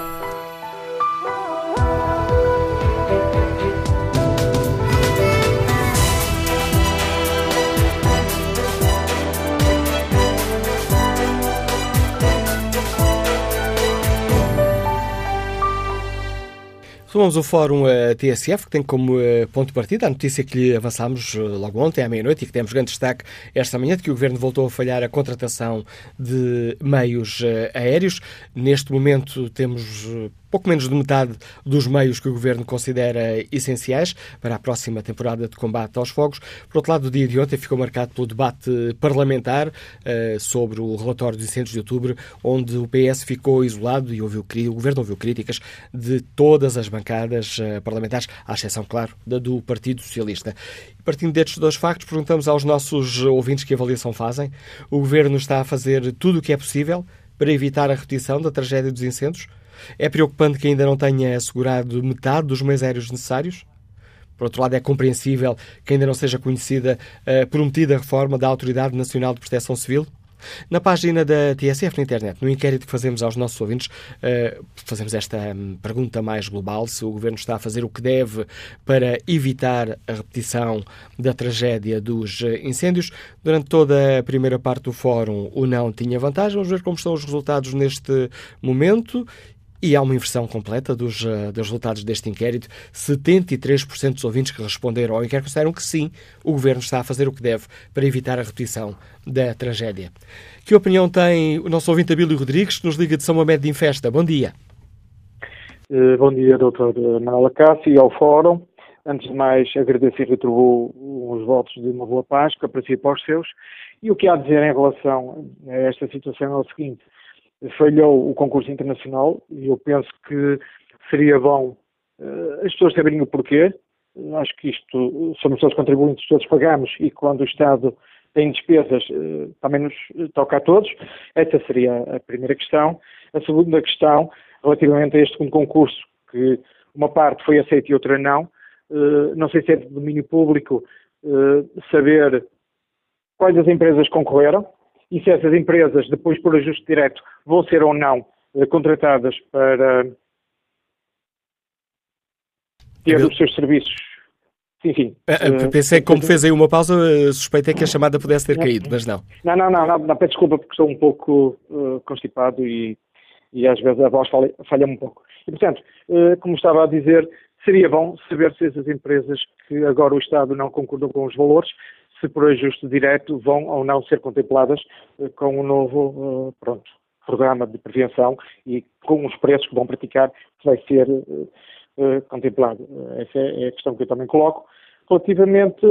Retomamos o Fórum uh, T S F, que tem como uh, ponto de partida a notícia que lhe avançámos uh, logo ontem, à meia-noite, e que temos grande destaque esta manhã, de que o Governo voltou a falhar a contratação de meios uh, aéreos. Neste momento temos uh, pouco menos de metade dos meios que o Governo considera essenciais para a próxima temporada de combate aos fogos. Por outro lado, o dia de ontem ficou marcado pelo debate parlamentar uh, sobre o relatório dos incêndios de outubro, onde o P S ficou isolado e ouviu, o Governo ouviu críticas de todas as bancadas uh, parlamentares, à exceção, claro, da do Partido Socialista. Partindo destes dois factos, perguntamos aos nossos ouvintes que avaliação fazem. O Governo está a fazer tudo o que é possível para evitar a repetição da tragédia dos incêndios? É preocupante que ainda não tenha assegurado metade dos meios aéreos necessários? Por outro lado, é compreensível que ainda não seja conhecida a prometida reforma da Autoridade Nacional de Proteção Civil? Na página da T S F na internet, no inquérito que fazemos aos nossos ouvintes, uh, fazemos esta um, pergunta mais global, se o Governo está a fazer o que deve para evitar a repetição da tragédia dos uh, incêndios. Durante toda a primeira parte do fórum, o não tinha vantagem. Vamos ver como estão os resultados neste momento. E há uma inversão completa dos, uh, dos resultados deste inquérito. setenta e três por cento dos ouvintes que responderam ao inquérito consideram que sim, o Governo está a fazer o que deve para evitar a repetição da tragédia. Que opinião tem o nosso ouvinte Abílio Rodrigues, que nos liga de São Mamede de Infesta? Bom dia. Uh, bom dia, doutor Manuela Cássio, e ao Fórum. Antes de mais, agradeço e retribuo os votos de uma boa Páscoa para si e para os seus. E o que há a dizer em relação a esta situação é o seguinte: falhou o concurso internacional e eu penso que seria bom uh, as pessoas saberem o porquê. Uh, acho que isto, somos todos contribuintes, todos pagamos, e quando o Estado tem despesas, uh, também nos toca a todos. Essa seria a primeira questão. A segunda questão, relativamente a este segundo concurso, que uma parte foi aceita e outra não, uh, não sei se é de domínio público uh, saber quais as empresas concorreram, e se essas empresas, depois por ajuste direto, vão ser ou não eh, contratadas para ter os seus serviços. Enfim. Uh, pensei que, como uh, fez aí uma pausa, uh, suspeitei que a chamada pudesse ter não, caído, mas não. Não, não, não, não, não peço desculpa porque estou um pouco uh, constipado e, e às vezes a voz falha, falha um pouco. E, portanto, uh, como estava a dizer, seria bom saber se essas empresas que agora o Estado não concordou com os valores, se por ajuste direto vão ou não ser contempladas uh, com o novo uh, pronto, programa de prevenção e com os preços que vão praticar, que vai ser uh, uh, contemplado. Uh, essa é a questão que eu também coloco. Relativamente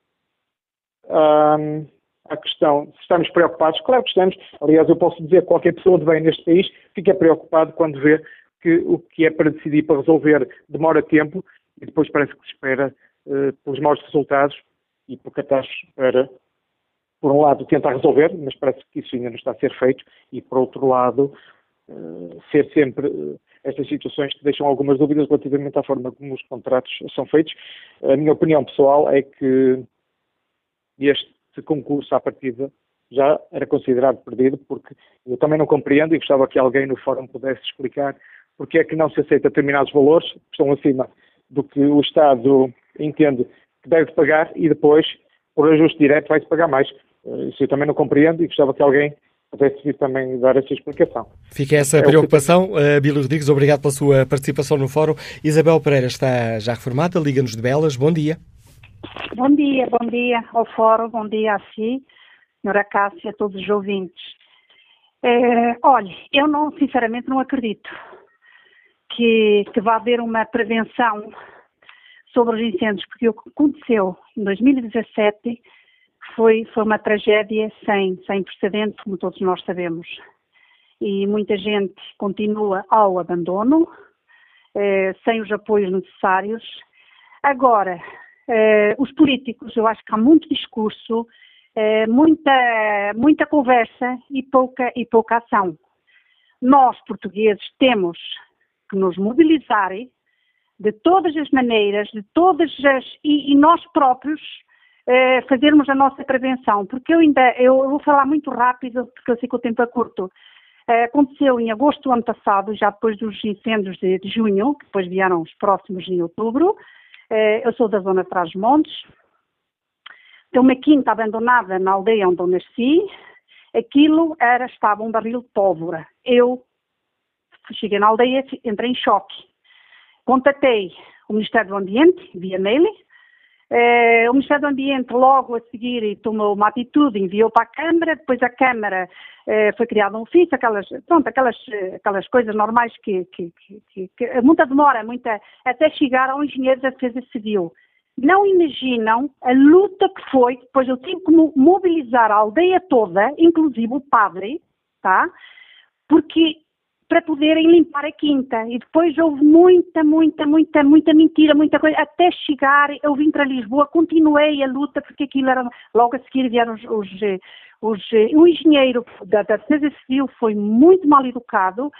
uh, à questão se estamos preocupados, claro que estamos. Aliás, eu posso dizer que qualquer pessoa de bem neste país fica preocupado quando vê que o que é para decidir, para resolver, demora tempo e depois parece que se espera uh, pelos maus resultados e por catástrofes para, por um lado, tentar resolver, mas parece que isso ainda não está a ser feito, e por outro lado, uh, ser sempre uh, estas situações que deixam algumas dúvidas relativamente à forma como os contratos são feitos. A minha opinião pessoal é que este concurso, à partida, já era considerado perdido, porque eu também não compreendo e gostava que alguém no fórum pudesse explicar porque é que não se aceita determinados valores que estão acima do que o Estado entende que deve pagar e depois, por ajuste direto, vai-se pagar mais. Isso eu também não compreendo e gostava que alguém pudesse vir também dar essa explicação. Fica essa é preocupação. Que... Bílio Rodrigues, obrigado pela sua participação no fórum. Isabel Pereira está já reformada, liga-nos de Belas. Bom dia. Bom dia, bom dia ao fórum, bom dia a si, senhora Cássia, a todos os ouvintes. É, olha, eu não, sinceramente não acredito que, que vá haver uma prevenção sobre os incêndios, porque o que aconteceu em dois mil e dezassete foi, foi uma tragédia sem, sem precedentes, como todos nós sabemos. E muita gente continua ao abandono, eh, sem os apoios necessários. Agora, eh, os políticos, eu acho que há muito discurso, eh, muita, muita conversa e pouca, e pouca ação. Nós, portugueses, temos que nos mobilizar de todas as maneiras, de todas as, e, e nós próprios eh, fazermos a nossa prevenção, porque eu ainda, eu, eu vou falar muito rápido, porque eu sei que o tempo é curto. Eh, aconteceu em agosto do ano passado, já depois dos incêndios de, de junho, que depois vieram os próximos em outubro. Eh, eu sou da zona de Trás-os-Montes, tem uma quinta abandonada na aldeia onde eu nasci. Aquilo era, estava um barril de pólvora. Eu cheguei na aldeia, entrei em choque. Contatei o Ministério do Ambiente, via mail. Eh, o Ministério do Ambiente logo a seguir tomou uma atitude, enviou para a Câmara, depois a Câmara eh, foi criado um ofício, aquelas, pronto, aquelas, aquelas coisas normais que, que, que, que muita demora, muita, até chegar ao engenheiro da Defesa Civil. Não imaginam a luta que foi, depois eu tive que mobilizar a aldeia toda, inclusive o padre, tá? Porque para poderem limpar a quinta. E depois houve muita, muita, muita, muita mentira, muita coisa. Até chegar, eu vim para Lisboa, continuei a luta, porque aquilo era... Logo a seguir vieram os... os, os o engenheiro da, da Defesa Civil foi muito mal educado,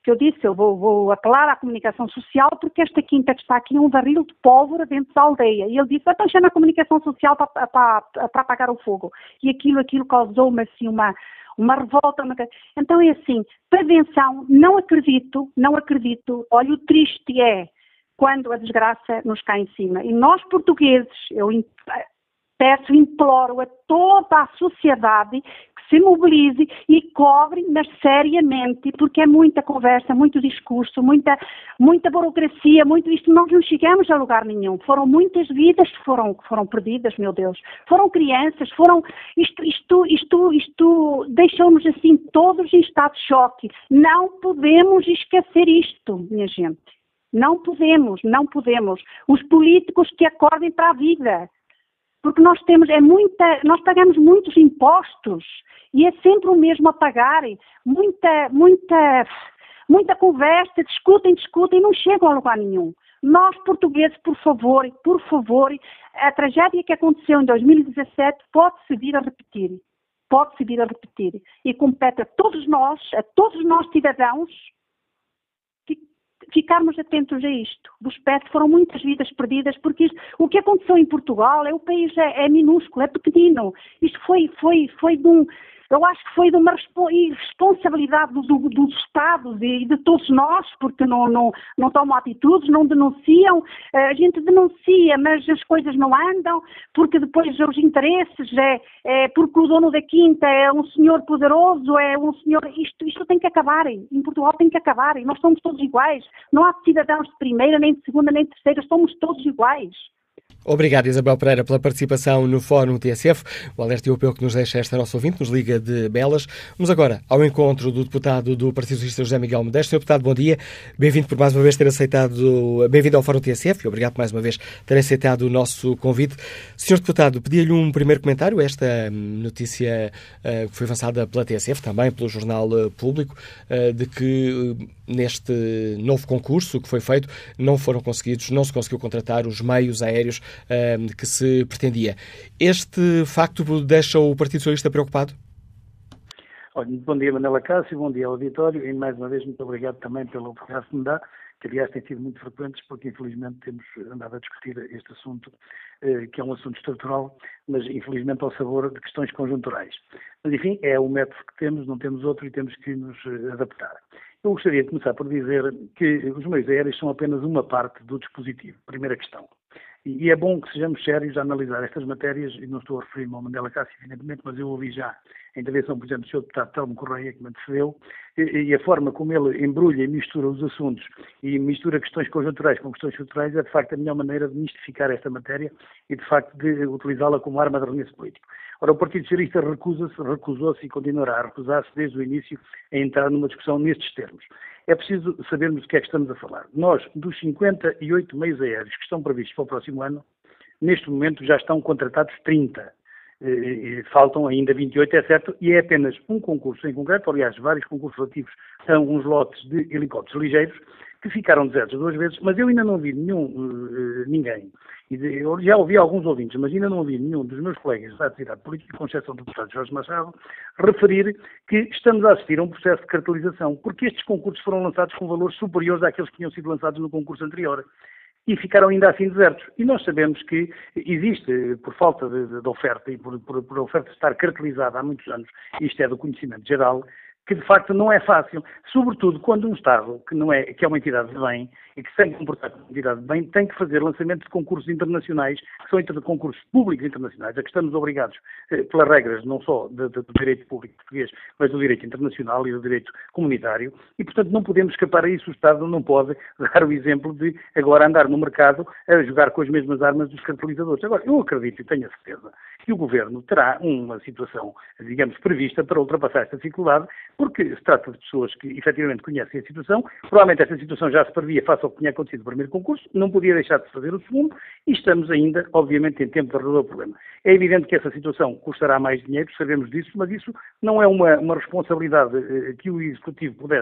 que eu disse, eu vou, vou apelar à comunicação social porque esta quinta que está aqui é um barril de pólvora dentro da aldeia. E ele disse, então chama a comunicação social para, para, para, para apagar o fogo. E aquilo, aquilo causou-me assim uma, uma revolta. Uma... Então é assim, prevenção, não acredito, não acredito. Olha, o triste é quando a desgraça nos cai em cima. E nós portugueses, eu peço, imploro a toda a sociedade que se mobilize e cobre, mas seriamente, porque é muita conversa, muito discurso, muita, muita burocracia, muito isto, nós não chegamos a lugar nenhum. Foram muitas vidas que foram, foram perdidas, meu Deus. Foram crianças, foram, isto, isto, isto, isto deixou-nos assim todos em estado de choque. Não podemos esquecer isto, minha gente. Não podemos, não podemos. Os políticos que acordem para a vida. Porque nós temos, é muita, nós pagamos muitos impostos e é sempre o mesmo a pagar, muita, muita, muita conversa, discutem, discutem e não chegam a lugar nenhum. Nós, portugueses, por favor, por favor, a tragédia que aconteceu em dois mil e dezassete pode-se vir a repetir, pode-se vir a repetir e compete a todos nós, a todos nós cidadãos, ficarmos atentos a isto. Dos pés foram muitas vidas perdidas, porque isto, o que aconteceu em Portugal, é, o país é, é minúsculo, é pequenino. Isto foi, foi, foi de um, eu acho que foi de uma irresponsabilidade do, do, dos Estados e de todos nós, porque não, não, não tomam atitudes, não denunciam. A gente denuncia, mas as coisas não andam, porque depois os interesses, é, é porque o dono da quinta é um senhor poderoso, é um senhor... Isto, isto tem que acabar, em Portugal tem que acabar, e nós somos todos iguais. Não há cidadãos de primeira, nem de segunda, nem de terceira, somos todos iguais. Obrigado, Isabel Pereira, pela participação no Fórum T S F. O alerta europeu que nos deixa esta nossa ouvinte, nos liga de Belas. Vamos agora ao encontro do deputado do Partido Socialista, José Miguel Modesto. senhor Deputado, bom dia. Bem-vindo por mais uma vez ter aceitado, bem-vindo ao Fórum T S F e obrigado por mais uma vez ter aceitado o nosso convite. senhor Deputado, pedi-lhe um primeiro comentário a esta notícia uh, que foi avançada pela T S F, também pelo Jornal uh, Público, uh, de que uh, neste novo concurso que foi feito não foram conseguidos, não se conseguiu contratar os meios aéreos uh, que se pretendia. Este facto deixa o Partido Socialista preocupado? Olha, bom dia, Manela Cássio, bom dia ao auditório e mais uma vez muito obrigado também pela oportunidade que me dá, que aliás têm sido muito frequentes porque infelizmente temos andado a discutir este assunto, eh, que é um assunto estrutural, mas infelizmente ao sabor de questões conjunturais. Mas enfim, é o método que temos, não temos outro e temos que nos adaptar. Eu gostaria de começar por dizer que os meios aéreos são apenas uma parte do dispositivo, primeira questão. E é bom que sejamos sérios a analisar estas matérias, e não estou a referir-me ao Mandela Cássio, evidentemente, mas eu ouvi já a intervenção, por exemplo, do senhor deputado Telmo Correia, que me antecedeu, e, e a forma como ele embrulha e mistura os assuntos e mistura questões conjunturais com questões estruturais é, de facto, a melhor maneira de mistificar esta matéria e, de facto, de utilizá-la como arma de arremesso político. Ora, o Partido Socialista recusa-se, recusou-se e continuará a recusar-se desde o início a entrar numa discussão nestes termos. É preciso sabermos do que é que estamos a falar. Nós, dos cinquenta e oito meios aéreos que estão previstos para o próximo ano, neste momento já estão contratados trinta. E, e, faltam ainda vinte e oito, é certo, e é apenas um concurso em concreto, aliás, vários concursos relativos a uns lotes de helicópteros ligeiros, que ficaram desertos duas vezes, mas eu ainda não vi nenhum, uh, ninguém, eu já ouvi alguns ouvintes, mas ainda não ouvi nenhum dos meus colegas da atividade política, com exceção do deputado Jorge Machado, referir que estamos a assistir a um processo de cartelização, porque estes concursos foram lançados com valores superiores àqueles que tinham sido lançados no concurso anterior. E ficaram ainda assim desertos. E nós sabemos que existe, por falta de, de oferta e por, por, por a oferta estar cartelizada há muitos anos, isto é do conhecimento geral, que de facto não é fácil, sobretudo quando um Estado, que, não é, que é uma entidade de bem, e que se tem que comportar como entidade de bem, tem que fazer lançamento de concursos internacionais, que são inter- concursos públicos internacionais, a que estamos obrigados eh, pelas regras, não só de, de, do direito público português, mas do direito internacional e do direito comunitário, e portanto não podemos escapar a isso. O Estado não pode dar o exemplo de agora andar no mercado a jogar com as mesmas armas dos cartelizadores. Agora, eu acredito e tenho a certeza que o Governo terá uma situação, digamos, prevista para ultrapassar esta dificuldade, porque se trata de pessoas que efetivamente conhecem a situação, provavelmente esta situação já se previa face ao que tinha acontecido no primeiro concurso, não podia deixar de fazer o segundo, e estamos ainda, obviamente, em tempo de resolver o problema. É evidente que essa situação custará mais dinheiro, sabemos disso, mas isso não é uma, uma responsabilidade eh, que o Executivo pudesse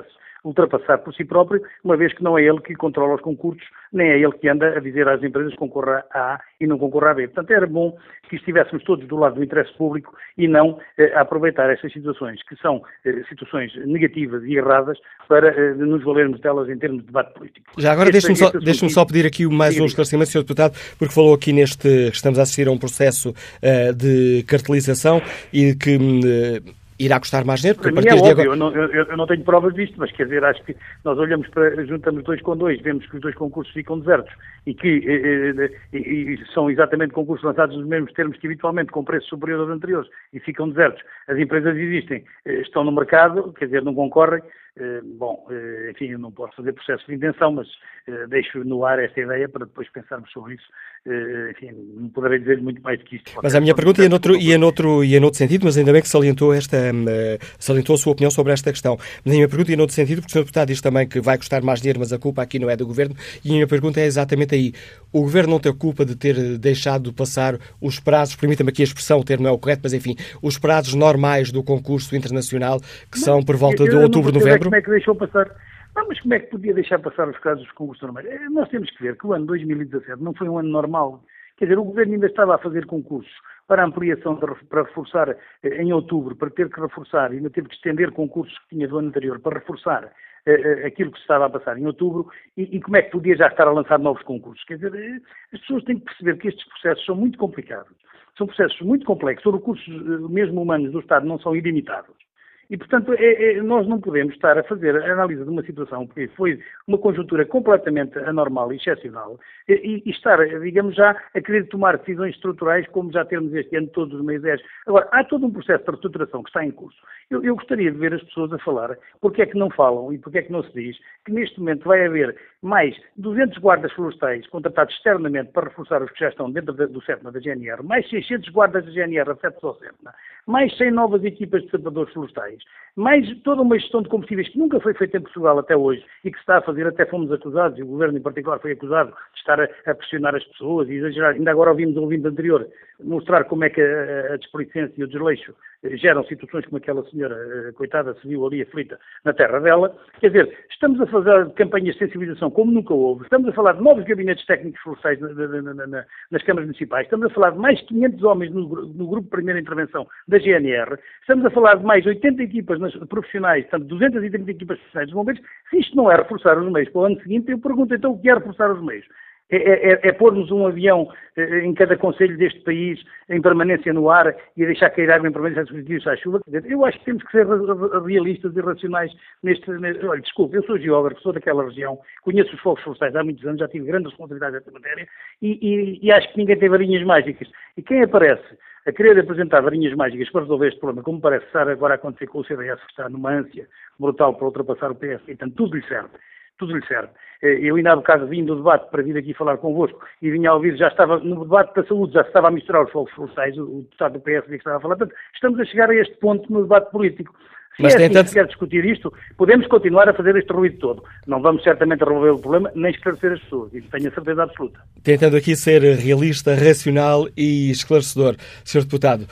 ultrapassar por si próprio, uma vez que não é ele que controla os concursos, nem é ele que anda a dizer às empresas que concorra a A e não concorra a B. Portanto, era bom que estivéssemos todos do lado do interesse público e não eh, a aproveitar estas situações, que são eh, situações negativas e erradas, para eh, nos valermos delas em termos de debate político. Já agora deixe-me só, deixe só pedir aqui mais um esclarecimento, senhor Deputado, porque falou aqui neste, estamos a assistir a um processo uh, de cartelização e que uh, irá custar mais dinheiro, porque para a mim partir é de óbvio, agora... eu, não, eu, eu não tenho provas disto, mas quer dizer, acho que nós olhamos para, juntamos dois com dois, vemos que os dois concursos ficam desertos e que eh, eh, e são exatamente concursos lançados nos mesmos termos que habitualmente, com preços superiores aos anteriores, e ficam desertos. As empresas existem, eh, estão no mercado, quer dizer, não concorrem. Eh, bom, eh, enfim, eu não posso fazer processo de intenção, mas eh, deixo no ar esta ideia para depois pensarmos sobre isso. Eh, enfim, não poderei dizer muito mais do que isto. Mas a minha pergunta ia noutro, ia, noutro, ia noutro sentido, mas ainda bem que salientou, esta, uh, salientou a sua opinião sobre esta questão. Mas a minha pergunta ia noutro sentido, porque o senhor Deputado diz também que vai custar mais dinheiro, mas a culpa aqui não é do Governo, e a minha pergunta é exatamente aí. O Governo não tem culpa de ter deixado passar os prazos, permita-me aqui a expressão, o termo não é o correto, mas enfim, os prazos normais do concurso internacional, que não, são por volta eu, eu de outubro, novembro? Como é que deixou passar? Não, mas como é que podia deixar passar os prazos dos concursos normais? Nós temos que ver que o ano dois mil e dezassete não foi um ano normal. Quer dizer, o Governo ainda estava a fazer concursos para ampliação, de, para reforçar eh, em outubro, para ter que reforçar, ainda teve que estender concursos que tinha do ano anterior, para reforçar eh, aquilo que se estava a passar em outubro, e, e como é que podia já estar a lançar novos concursos? Quer dizer, eh, as pessoas têm que perceber que estes processos são muito complicados, são processos muito complexos, os recursos eh, mesmo humanos do Estado não são ilimitados. E, portanto, é, é, nós não podemos estar a fazer a análise de uma situação que foi uma conjuntura completamente anormal e excepcional e, e estar, digamos, já a querer tomar decisões estruturais como já temos este ano todos os meios dez. Agora, há todo um processo de reestruturação que está em curso. Eu, eu gostaria de ver as pessoas a falar porque é que não falam e porque é que não se diz que neste momento vai haver mais duzentos guardas florestais contratados externamente para reforçar os que já estão dentro do SEPNA da G N R, mais seiscentos guardas da G N R afetos ao SEPNA, mais cem novas equipas de sapadores florestais, mais toda uma gestão de combustíveis que nunca foi feita em Portugal até hoje e que se está a fazer, até fomos acusados, e o Governo em particular foi acusado de estar a, a pressionar as pessoas e exagerar. Ainda agora ouvimos o ouvinte anterior mostrar como é que a, a desplicência e o desleixo geram situações como aquela senhora, coitada, se viu ali aflita na terra dela. Quer dizer, estamos a fazer campanhas de sensibilização como nunca houve, estamos a falar de novos gabinetes técnicos florestais na, na, na, na, nas câmaras municipais, estamos a falar de mais de quinhentos homens no, no grupo de primeira intervenção da G N R, estamos a falar de mais de oitenta equipas nas, profissionais, portanto duzentas e trinta equipas profissionais dos bombeiros. Se isto não é reforçar os meios para o ano seguinte, eu pergunto então o que é reforçar os meios? É, é, é pôr-nos um avião eh, em cada concelho deste país em permanência no ar e deixar cair água em permanência dos dias à chuva? Eu acho que temos que ser realistas e racionais neste, neste... Olha, desculpe, eu sou geógrafo, sou daquela região, conheço os fogos florestais há muitos anos, já tive grandes responsabilidades nesta matéria e, e, e acho que ninguém tem varinhas mágicas. E quem aparece a querer apresentar varinhas mágicas para resolver este problema, como parece estar agora a acontecer com o C D S, que está numa ânsia brutal para ultrapassar o P S, então tudo lhe serve. Tudo lhe serve. Eu ainda há bocado vim do debate para vir aqui falar convosco e vinha a ouvir, já estava no debate da saúde, já se estava a misturar os fogos florestais, o deputado do P S que estava a falar. Portanto, estamos a chegar a este ponto no debate político. Se Mas é assim tanto... que quer discutir isto, podemos continuar a fazer este ruído todo. Não vamos certamente resolver o problema, nem esclarecer as pessoas. Isso tenho a certeza absoluta. Tentando aqui ser realista, racional e esclarecedor, senhor Deputado,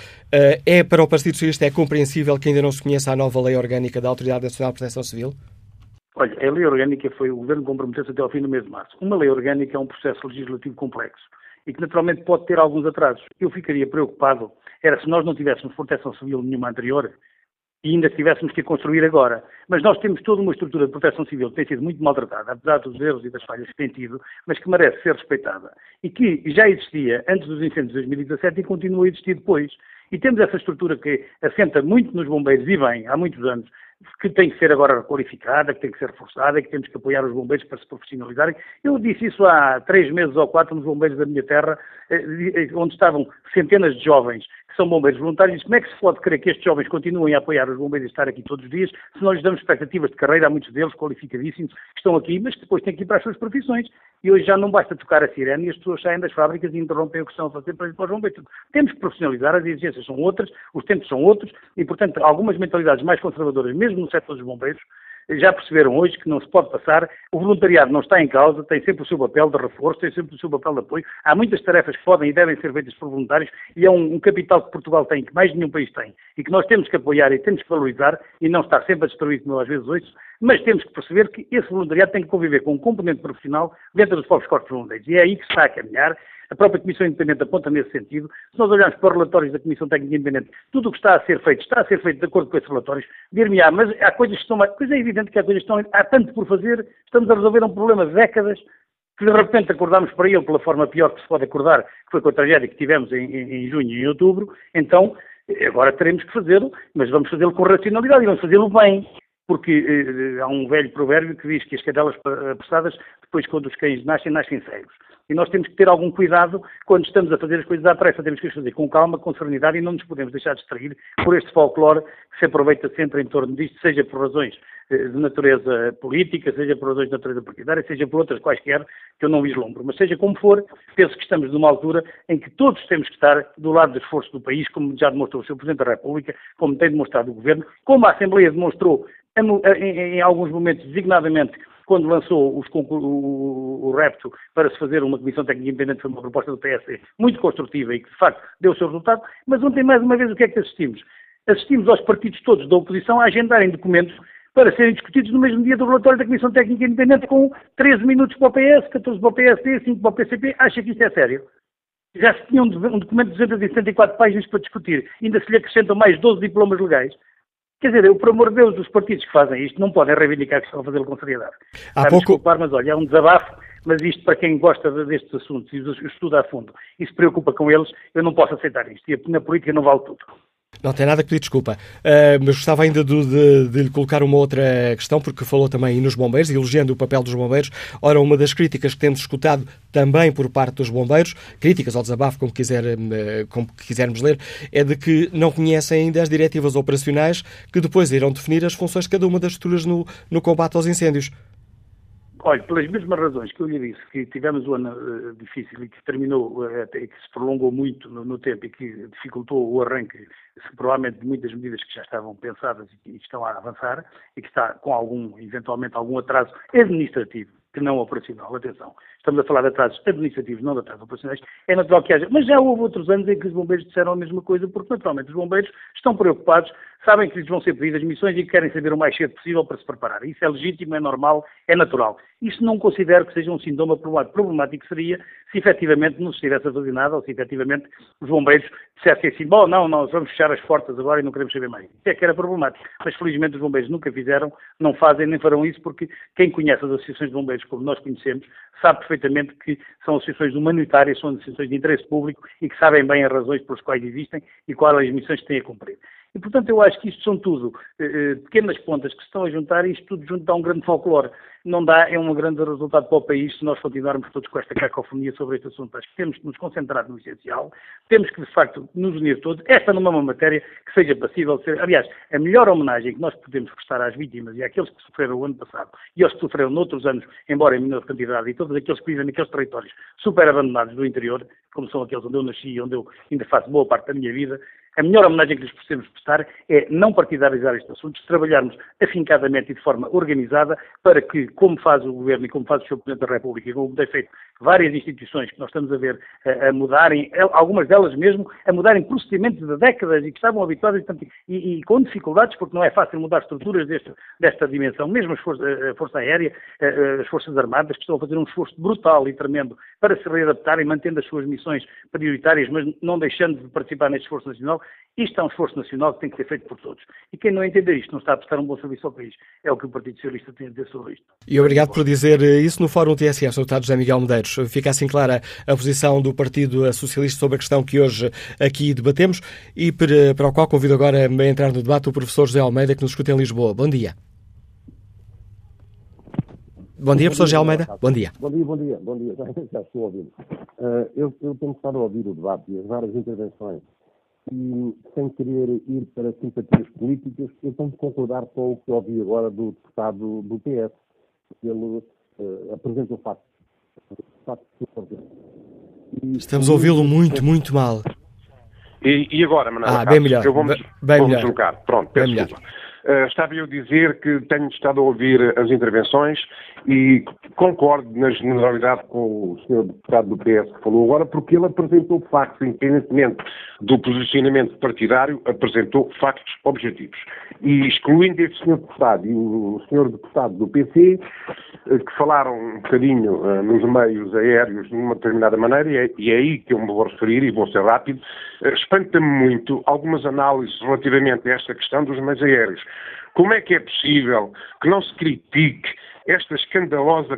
é para o Partido Socialista é compreensível que ainda não se conheça a nova Lei Orgânica da Autoridade Nacional de Proteção Civil? Olha, a lei orgânica foi o Governo comprometeu-se até ao fim do mês de março. Uma lei orgânica é um processo legislativo complexo e que naturalmente pode ter alguns atrasos. Eu ficaria preocupado, era se nós não tivéssemos proteção civil nenhuma anterior e ainda tivéssemos que a construir agora. Mas nós temos toda uma estrutura de proteção civil que tem sido muito maltratada, apesar dos erros e das falhas que tem tido, mas que merece ser respeitada. E que já existia antes dos incêndios de dois mil e dezassete e continua a existir depois. E temos essa estrutura que assenta muito nos bombeiros, e bem, há muitos anos, que tem que ser agora requalificada, que tem que ser reforçada, que temos que apoiar os bombeiros para se profissionalizarem. Eu disse isso há três meses ou quatro nos bombeiros da minha terra, onde estavam centenas de jovens que são bombeiros voluntários. Como é que se pode crer que estes jovens continuem a apoiar os bombeiros e estar aqui todos os dias, se nós lhes damos expectativas de carreira a muitos deles, qualificadíssimos, que estão aqui, mas que depois têm que ir para as suas profissões. E hoje já não basta tocar a sirene e as pessoas saem das fábricas e interrompem o que estão a fazer para ir para os bombeiros. Temos que profissionalizar, as exigências são outras, os tempos são outros e, portanto, algumas mentalidades mais conservadoras, mesmo no setor dos bombeiros, já perceberam hoje que não se pode passar, o voluntariado não está em causa, tem sempre o seu papel de reforço, tem sempre o seu papel de apoio, há muitas tarefas que podem e devem ser feitas por voluntários e é um, um capital que Portugal tem, que mais nenhum país tem, e que nós temos que apoiar e temos que valorizar e não estar sempre a destruir, como eu às vezes ouço, mas temos que perceber que esse voluntariado tem que conviver com um componente profissional dentro dos próprios corpos voluntários, e é aí que se está a caminhar. A própria Comissão Independente aponta nesse sentido. Se nós olharmos para os relatórios da Comissão Técnica Independente, tudo o que está a ser feito, está a ser feito de acordo com esses relatórios, dir-me-á, mas há coisas que estão mais... Pois é evidente que há coisas que estão... Há tanto por fazer, estamos a resolver um problema de décadas, que de repente acordámos para ele pela forma pior que se pode acordar, que foi com a tragédia que tivemos em, em, em junho e em outubro, então agora teremos que fazê-lo, mas vamos fazê-lo com racionalidade e vamos fazê-lo bem. Porque eh, há um velho provérbio que diz que as cadelas apressadas, depois quando os cães nascem, nascem cegos. E nós temos que ter algum cuidado quando estamos a fazer as coisas à pressa. Temos que as fazer com calma, com serenidade e não nos podemos deixar distrair por este folclore que se aproveita sempre em torno disto, seja por razões eh, de natureza política, seja por razões de natureza partidária, seja por outras quaisquer que eu não vislumbro. Mas seja como for, penso que estamos numa altura em que todos temos que estar do lado do esforço do país, como já demonstrou o senhor Presidente da República, como tem demonstrado o Governo, como a Assembleia demonstrou em, em, em alguns momentos, designadamente, quando lançou os, o, o, o repto para se fazer uma comissão técnica independente, foi uma proposta do P S D muito construtiva e que, de facto, deu o seu resultado. Mas ontem, mais uma vez, o que é que assistimos? Assistimos aos partidos todos da oposição a agendarem documentos para serem discutidos no mesmo dia do relatório da Comissão Técnica Independente, com treze minutos para o P S, catorze para o P S D, cinco para o P C P. Acha que isto é sério? Já se tinha um, um documento de duzentas e setenta e quatro páginas para discutir. Ainda se lhe acrescentam mais doze diplomas legais. Quer dizer, eu, por amor de Deus, os partidos que fazem isto não podem reivindicar que estão a fazê-lo com seriedade. Há pouco... desculpar, mas olha, é um desabafo, mas isto para quem gosta destes assuntos e os estuda a fundo e se preocupa com eles, eu não posso aceitar isto. E na política não vale tudo. Não tem nada que pedir desculpa, uh, mas gostava ainda de, de, de lhe colocar uma outra questão, porque falou também nos bombeiros, elogiando o papel dos bombeiros. Ora, uma das críticas que temos escutado também por parte dos bombeiros, críticas ao desabafo, como, quiser, uh, como quisermos ler, é de que não conhecem ainda as diretivas operacionais que depois irão definir as funções de cada uma das estruturas no, no combate aos incêndios. Olha, pelas mesmas razões que eu lhe disse, que tivemos um ano uh, difícil e que terminou, uh, e que se prolongou muito no, no tempo e que dificultou o arranque, provavelmente, de muitas medidas que já estavam pensadas e que estão a avançar e que está com algum, eventualmente, algum atraso administrativo, que não operacional. Atenção, estamos a falar de atrasos administrativos, não de atrasos operacionais. É natural que haja. Mas já houve outros anos em que os bombeiros disseram a mesma coisa, porque naturalmente os bombeiros estão preocupados, sabem que lhes vão ser pedidas missões e que querem saber o mais cedo possível para se preparar. Isso é legítimo, é normal, é natural. Isso não considero que seja um sintoma problemático. Seria se efetivamente não se estivesse a fazer nada ou se efetivamente os bombeiros dissessem assim, bom, não, nós vamos fechar as portas agora e não queremos saber mais. Isso é que era problemático. Mas felizmente os bombeiros nunca fizeram, não fazem nem farão isso, porque quem conhece as associações de bombeiros como nós conhecemos, sabe perfeitamente que são associações humanitárias, são associações de interesse público e que sabem bem as razões pelas quais existem e quais as missões que têm a cumprir. E, portanto, eu acho que isto são tudo eh, pequenas pontas que se estão a juntar e isto tudo junto dá um grande folclore. Não dá, é um grande resultado para o país se nós continuarmos todos com esta cacofonia sobre este assunto. Acho que temos que nos concentrar no essencial, temos que, de facto, nos unir todos. Esta não é uma matéria que seja passível de ser... Aliás, a melhor homenagem que nós podemos prestar às vítimas e àqueles que sofreram o ano passado e aos que sofreram noutros anos, embora em menor quantidade, e todos aqueles que vivem naqueles territórios super abandonados do interior, como são aqueles onde eu nasci e onde eu ainda faço boa parte da minha vida, a melhor homenagem que lhes podemos prestar é não partidarizar estes assuntos, trabalharmos afincadamente e de forma organizada para que, como faz o Governo e como faz o senhor Presidente da República, e como tem feito várias instituições que nós estamos a ver a, a mudarem, algumas delas mesmo, a mudarem procedimentos de décadas e que estavam habituadas portanto, e, e com dificuldades, porque não é fácil mudar estruturas deste, desta dimensão, mesmo as força, a Força Aérea, as Forças Armadas, que estão a fazer um esforço brutal e tremendo para se readaptarem, mantendo as suas missões prioritárias, mas não deixando de participar neste esforço nacional. Isto é um esforço nacional que tem que ser feito por todos. E quem não entender isto não está a prestar um bom serviço ao país. É o que o Partido Socialista tem a dizer sobre isto. E obrigado por dizer isso no Fórum T S S, Deputado José Miguel Medeiros. Fica assim clara a posição do Partido Socialista sobre a questão que hoje aqui debatemos e para, para o qual convido agora a entrar no debate o professor José Almeida, que nos escuta em Lisboa. Bom dia. Bom dia, professor José Almeida. Bom dia. Bom dia, bom dia. Bom dia. Já estou a ouvir. Uh, eu, eu tenho estado a ouvir o debate e as várias intervenções. E, sem querer ir para simpatias políticas, eu tenho de concordar com o que ouvi agora do deputado do P S. Ele uh, apresenta o facto. O facto e, Estamos a ouvi-lo muito, muito mal. E, e agora, Manuel? Ah, bem melhor. Eu vou-me bem vou melhor. deslocar. Pronto, peço desculpa. Uh, estava eu a dizer que tenho estado a ouvir as intervenções e concordo na generalidade com o senhor deputado do P S que falou agora, porque ele apresentou factos, independentemente do posicionamento partidário, apresentou factos objetivos. E excluindo este senhor deputado e o senhor deputado do P C, uh, que falaram um bocadinho uh, nos meios aéreos de uma determinada maneira, e é, e é aí que eu me vou referir, e vou ser rápido, uh, espanta-me muito algumas análises relativamente a esta questão dos meios aéreos. Como é que é possível que não se critique esta escandalosa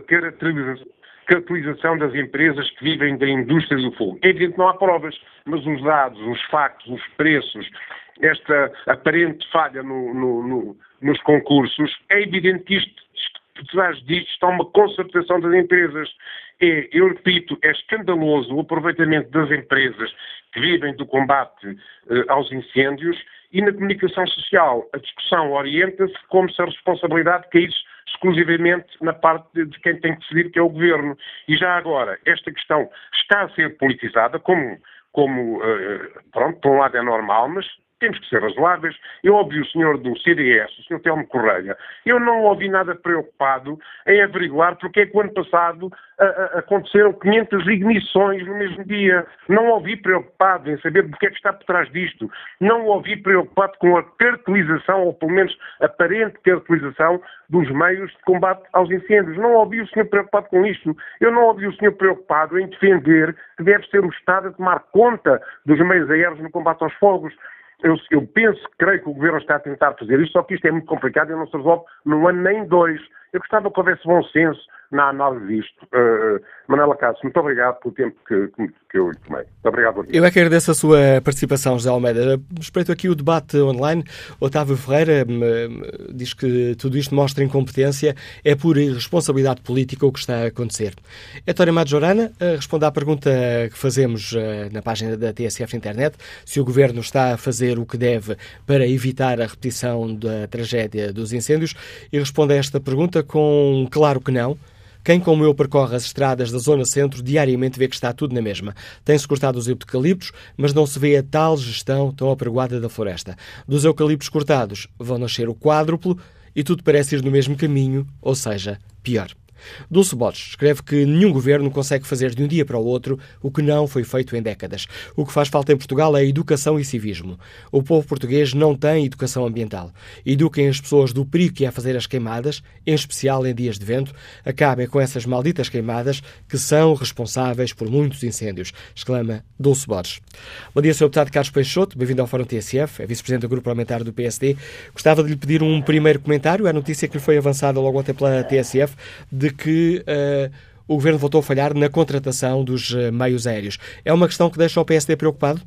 caracterização das empresas que vivem da indústria do fogo? É evidente que não há provas, mas os dados, os factos, os preços, esta aparente falha no, no, no, nos concursos, é evidente que isto, por trás disto está uma concertação das empresas. É, eu repito, é escandaloso o aproveitamento das empresas que vivem do combate eh, aos incêndios, e na comunicação social a discussão orienta-se como se a responsabilidade caísse exclusivamente na parte de, de quem tem que decidir, que é o Governo. E já agora, esta questão está a ser politizada, como, como uh, pronto, por um lado é normal, mas temos que ser razoáveis. Eu ouvi o senhor do C D S, o senhor Telmo Correia, eu não ouvi nada preocupado em averiguar porque é que o ano passado a, a, aconteceram quinhentas ignições no mesmo dia. Não ouvi preocupado em saber do que é que está por trás disto. Não ouvi preocupado com a cartelização, ou pelo menos aparente cartelização, dos meios de combate aos incêndios. Não ouvi o senhor preocupado com isto. Eu não ouvi o senhor preocupado em defender que deve ser o Estado a tomar conta dos meios aéreos no combate aos fogos. Eu, eu penso, creio que o Governo está a tentar fazer isto, só que isto é muito complicado e não se resolve num ano nem dois. Eu gostava que houvesse bom senso na análise disto. Uh, Manela Cássio, muito obrigado pelo tempo que, que, que eu lhe tomei. Muito obrigado. Eu é que agradeço a sua participação, José Almeida. Respeito aqui o debate online. Otávio Ferreira me, diz que tudo isto mostra incompetência, é por irresponsabilidade política o que está a acontecer. Héctor Majorana responde à pergunta que fazemos uh, na página da T S F Internet, se o Governo está a fazer o que deve para evitar a repetição da tragédia dos incêndios, e responde a esta pergunta com um claro que não. Quem, como eu, percorre as estradas da Zona Centro, diariamente vê que está tudo na mesma. Tem-se cortado os eucaliptos, mas não se vê a tal gestão tão apregoada da floresta. Dos eucaliptos cortados vão nascer o quádruplo e tudo parece ir no mesmo caminho, ou seja, pior. Dulce Borges escreve que nenhum governo consegue fazer de um dia para o outro o que não foi feito em décadas. O que faz falta em Portugal é educação e civismo. O povo português não tem educação ambiental. Eduquem as pessoas do perigo que é fazer as queimadas, em especial em dias de vento. Acabem com essas malditas queimadas que são responsáveis por muitos incêndios, exclama Dulce Borges. Bom dia, senhor Deputado Carlos Peixoto, bem-vindo ao Fórum T S F, é Vice-Presidente do Grupo Parlamentar do P S D. Gostava de lhe pedir um primeiro comentário à notícia que lhe foi avançada logo ontem pela T S F, de que uh, o Governo voltou a falhar na contratação dos uh, meios aéreos. É uma questão que deixa o P S D preocupado?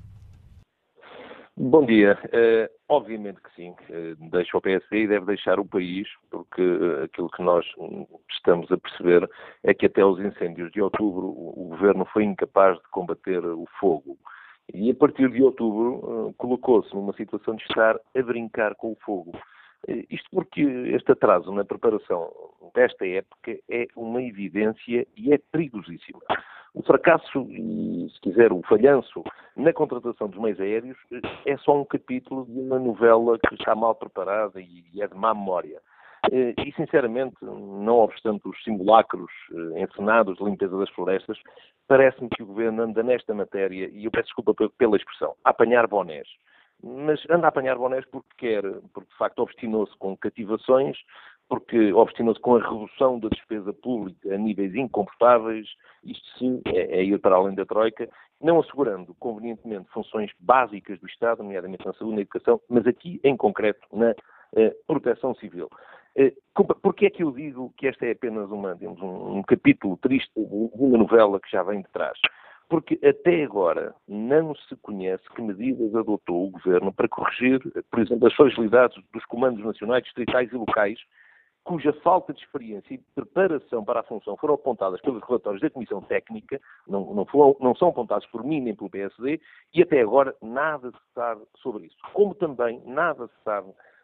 Bom dia. Uh, obviamente que sim. Uh, deixa o P S D e deve deixar o país, porque uh, aquilo que nós estamos a perceber é que até os incêndios de outubro o, o Governo foi incapaz de combater o fogo. E a partir de outubro uh, colocou-se numa situação de estar a brincar com o fogo. Isto porque este atraso na preparação desta época é uma evidência e é perigosíssimo. O fracasso, e se quiser o falhanço, na contratação dos meios aéreos é só um capítulo de uma novela que está mal preparada e é de má memória. E, sinceramente, não obstante os simulacros encenados de limpeza das florestas, parece-me que o Governo anda nesta matéria, e eu peço desculpa pela expressão, a apanhar bonés. Mas anda a apanhar bonés porque quer, porque de facto obstinou-se com cativações, porque obstinou-se com a redução da despesa pública a níveis incomportáveis, isto sim é, é ir para além da Troika, não assegurando convenientemente funções básicas do Estado, nomeadamente na saúde e na educação, mas aqui em concreto na eh, proteção civil. Eh, Porquê é que eu digo que esta é apenas uma, digamos, um, um capítulo triste de uma novela que já vem de trás? Porque até agora não se conhece que medidas adotou o Governo para corrigir, por exemplo, as fragilidades dos comandos nacionais, distritais e locais, cuja falta de experiência e de preparação para a função foram apontadas pelos relatórios da Comissão Técnica, não, não, foram, não são apontados por mim nem pelo P S D, e até agora nada se sabe sobre isso. Como também nada se sabe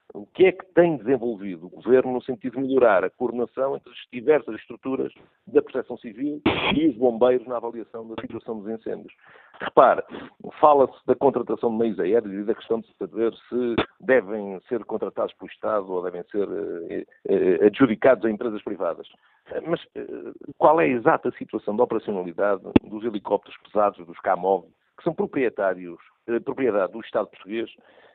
O que é que tem desenvolvido o Governo no sentido de melhorar a coordenação entre as diversas estruturas da Proteção Civil e os bombeiros na avaliação da situação dos incêndios? Repare, fala-se da contratação de meios aéreos e da questão de saber se devem ser contratados pelo Estado ou devem ser eh, eh, adjudicados a empresas privadas. Mas eh, qual é a exata situação da operacionalidade dos helicópteros pesados, dos Kamov, que são proprietários, eh, propriedade do Estado português,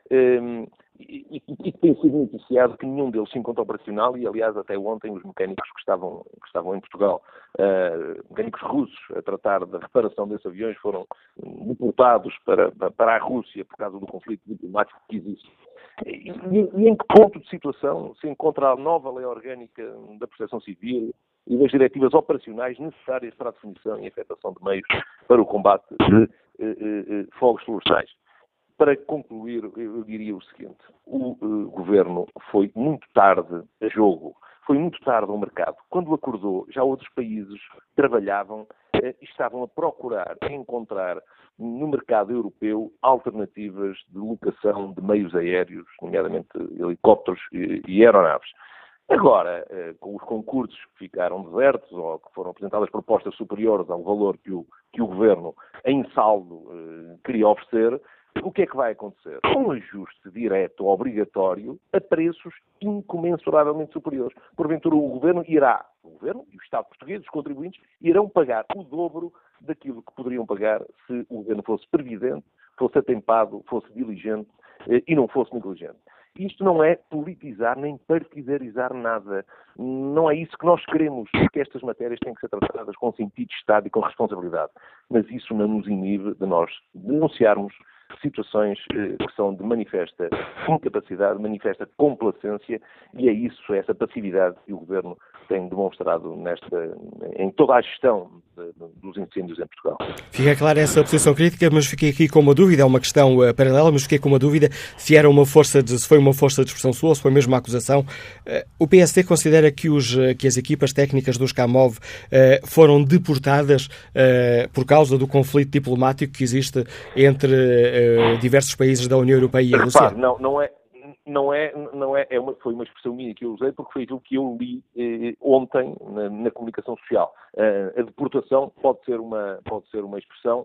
eh, e que tem sido noticiado que nenhum deles se encontra operacional e, aliás, até ontem os mecânicos que estavam, que estavam em Portugal, uh, mecânicos russos, a tratar da reparação desses aviões, foram deportados para, para a Rússia por causa do conflito diplomático que existe. E, e em que ponto de situação se encontra a nova lei orgânica da Proteção Civil e das diretivas operacionais necessárias para a definição e efetuação de meios para o combate de uh, uh, uh, fogos florestais? Para concluir, eu diria o seguinte: o uh, Governo foi muito tarde a jogo, foi muito tarde ao mercado. Quando acordou, já outros países trabalhavam e uh, estavam a procurar encontrar no mercado europeu alternativas de locação de meios aéreos, nomeadamente helicópteros e, e aeronaves. Agora, uh, com os concursos que ficaram desertos ou que foram apresentadas propostas superiores ao valor que o, que o Governo, em saldo, uh, queria oferecer, o que é que vai acontecer? Um ajuste direto, obrigatório, a preços incomensuravelmente superiores. Porventura, o Governo irá, o Governo e o Estado português, os contribuintes, irão pagar o dobro daquilo que poderiam pagar se o Governo fosse previdente, fosse atempado, fosse diligente eh, e não fosse negligente. Isto não é politizar nem partidarizar nada. Não é isso que nós queremos, porque estas matérias têm que ser tratadas com sentido de Estado e com responsabilidade. Mas isso não nos inibe de nós denunciarmos situações eh, que são de manifesta incapacidade, manifesta complacência, e é isso, é essa passividade que o Governo tem demonstrado nesta, em toda a gestão de, de, dos incêndios em Portugal. Fica clara essa posição crítica, mas fiquei aqui com uma dúvida, é uma questão uh, paralela, mas fiquei com uma dúvida se era uma força de, se foi uma força de expressão sua ou se foi mesmo uma acusação. Uh, o P S D considera que, os, uh, que as equipas técnicas dos Kamov uh, foram deportadas uh, por causa do conflito diplomático que existe entre uh, diversos países da União Europeia e a Rússia? Repare, não, não é... Não é, não é, é uma, foi uma expressão minha que eu usei porque foi aquilo que eu li eh, ontem na, na comunicação social. Uh, a deportação pode ser uma, pode ser uma expressão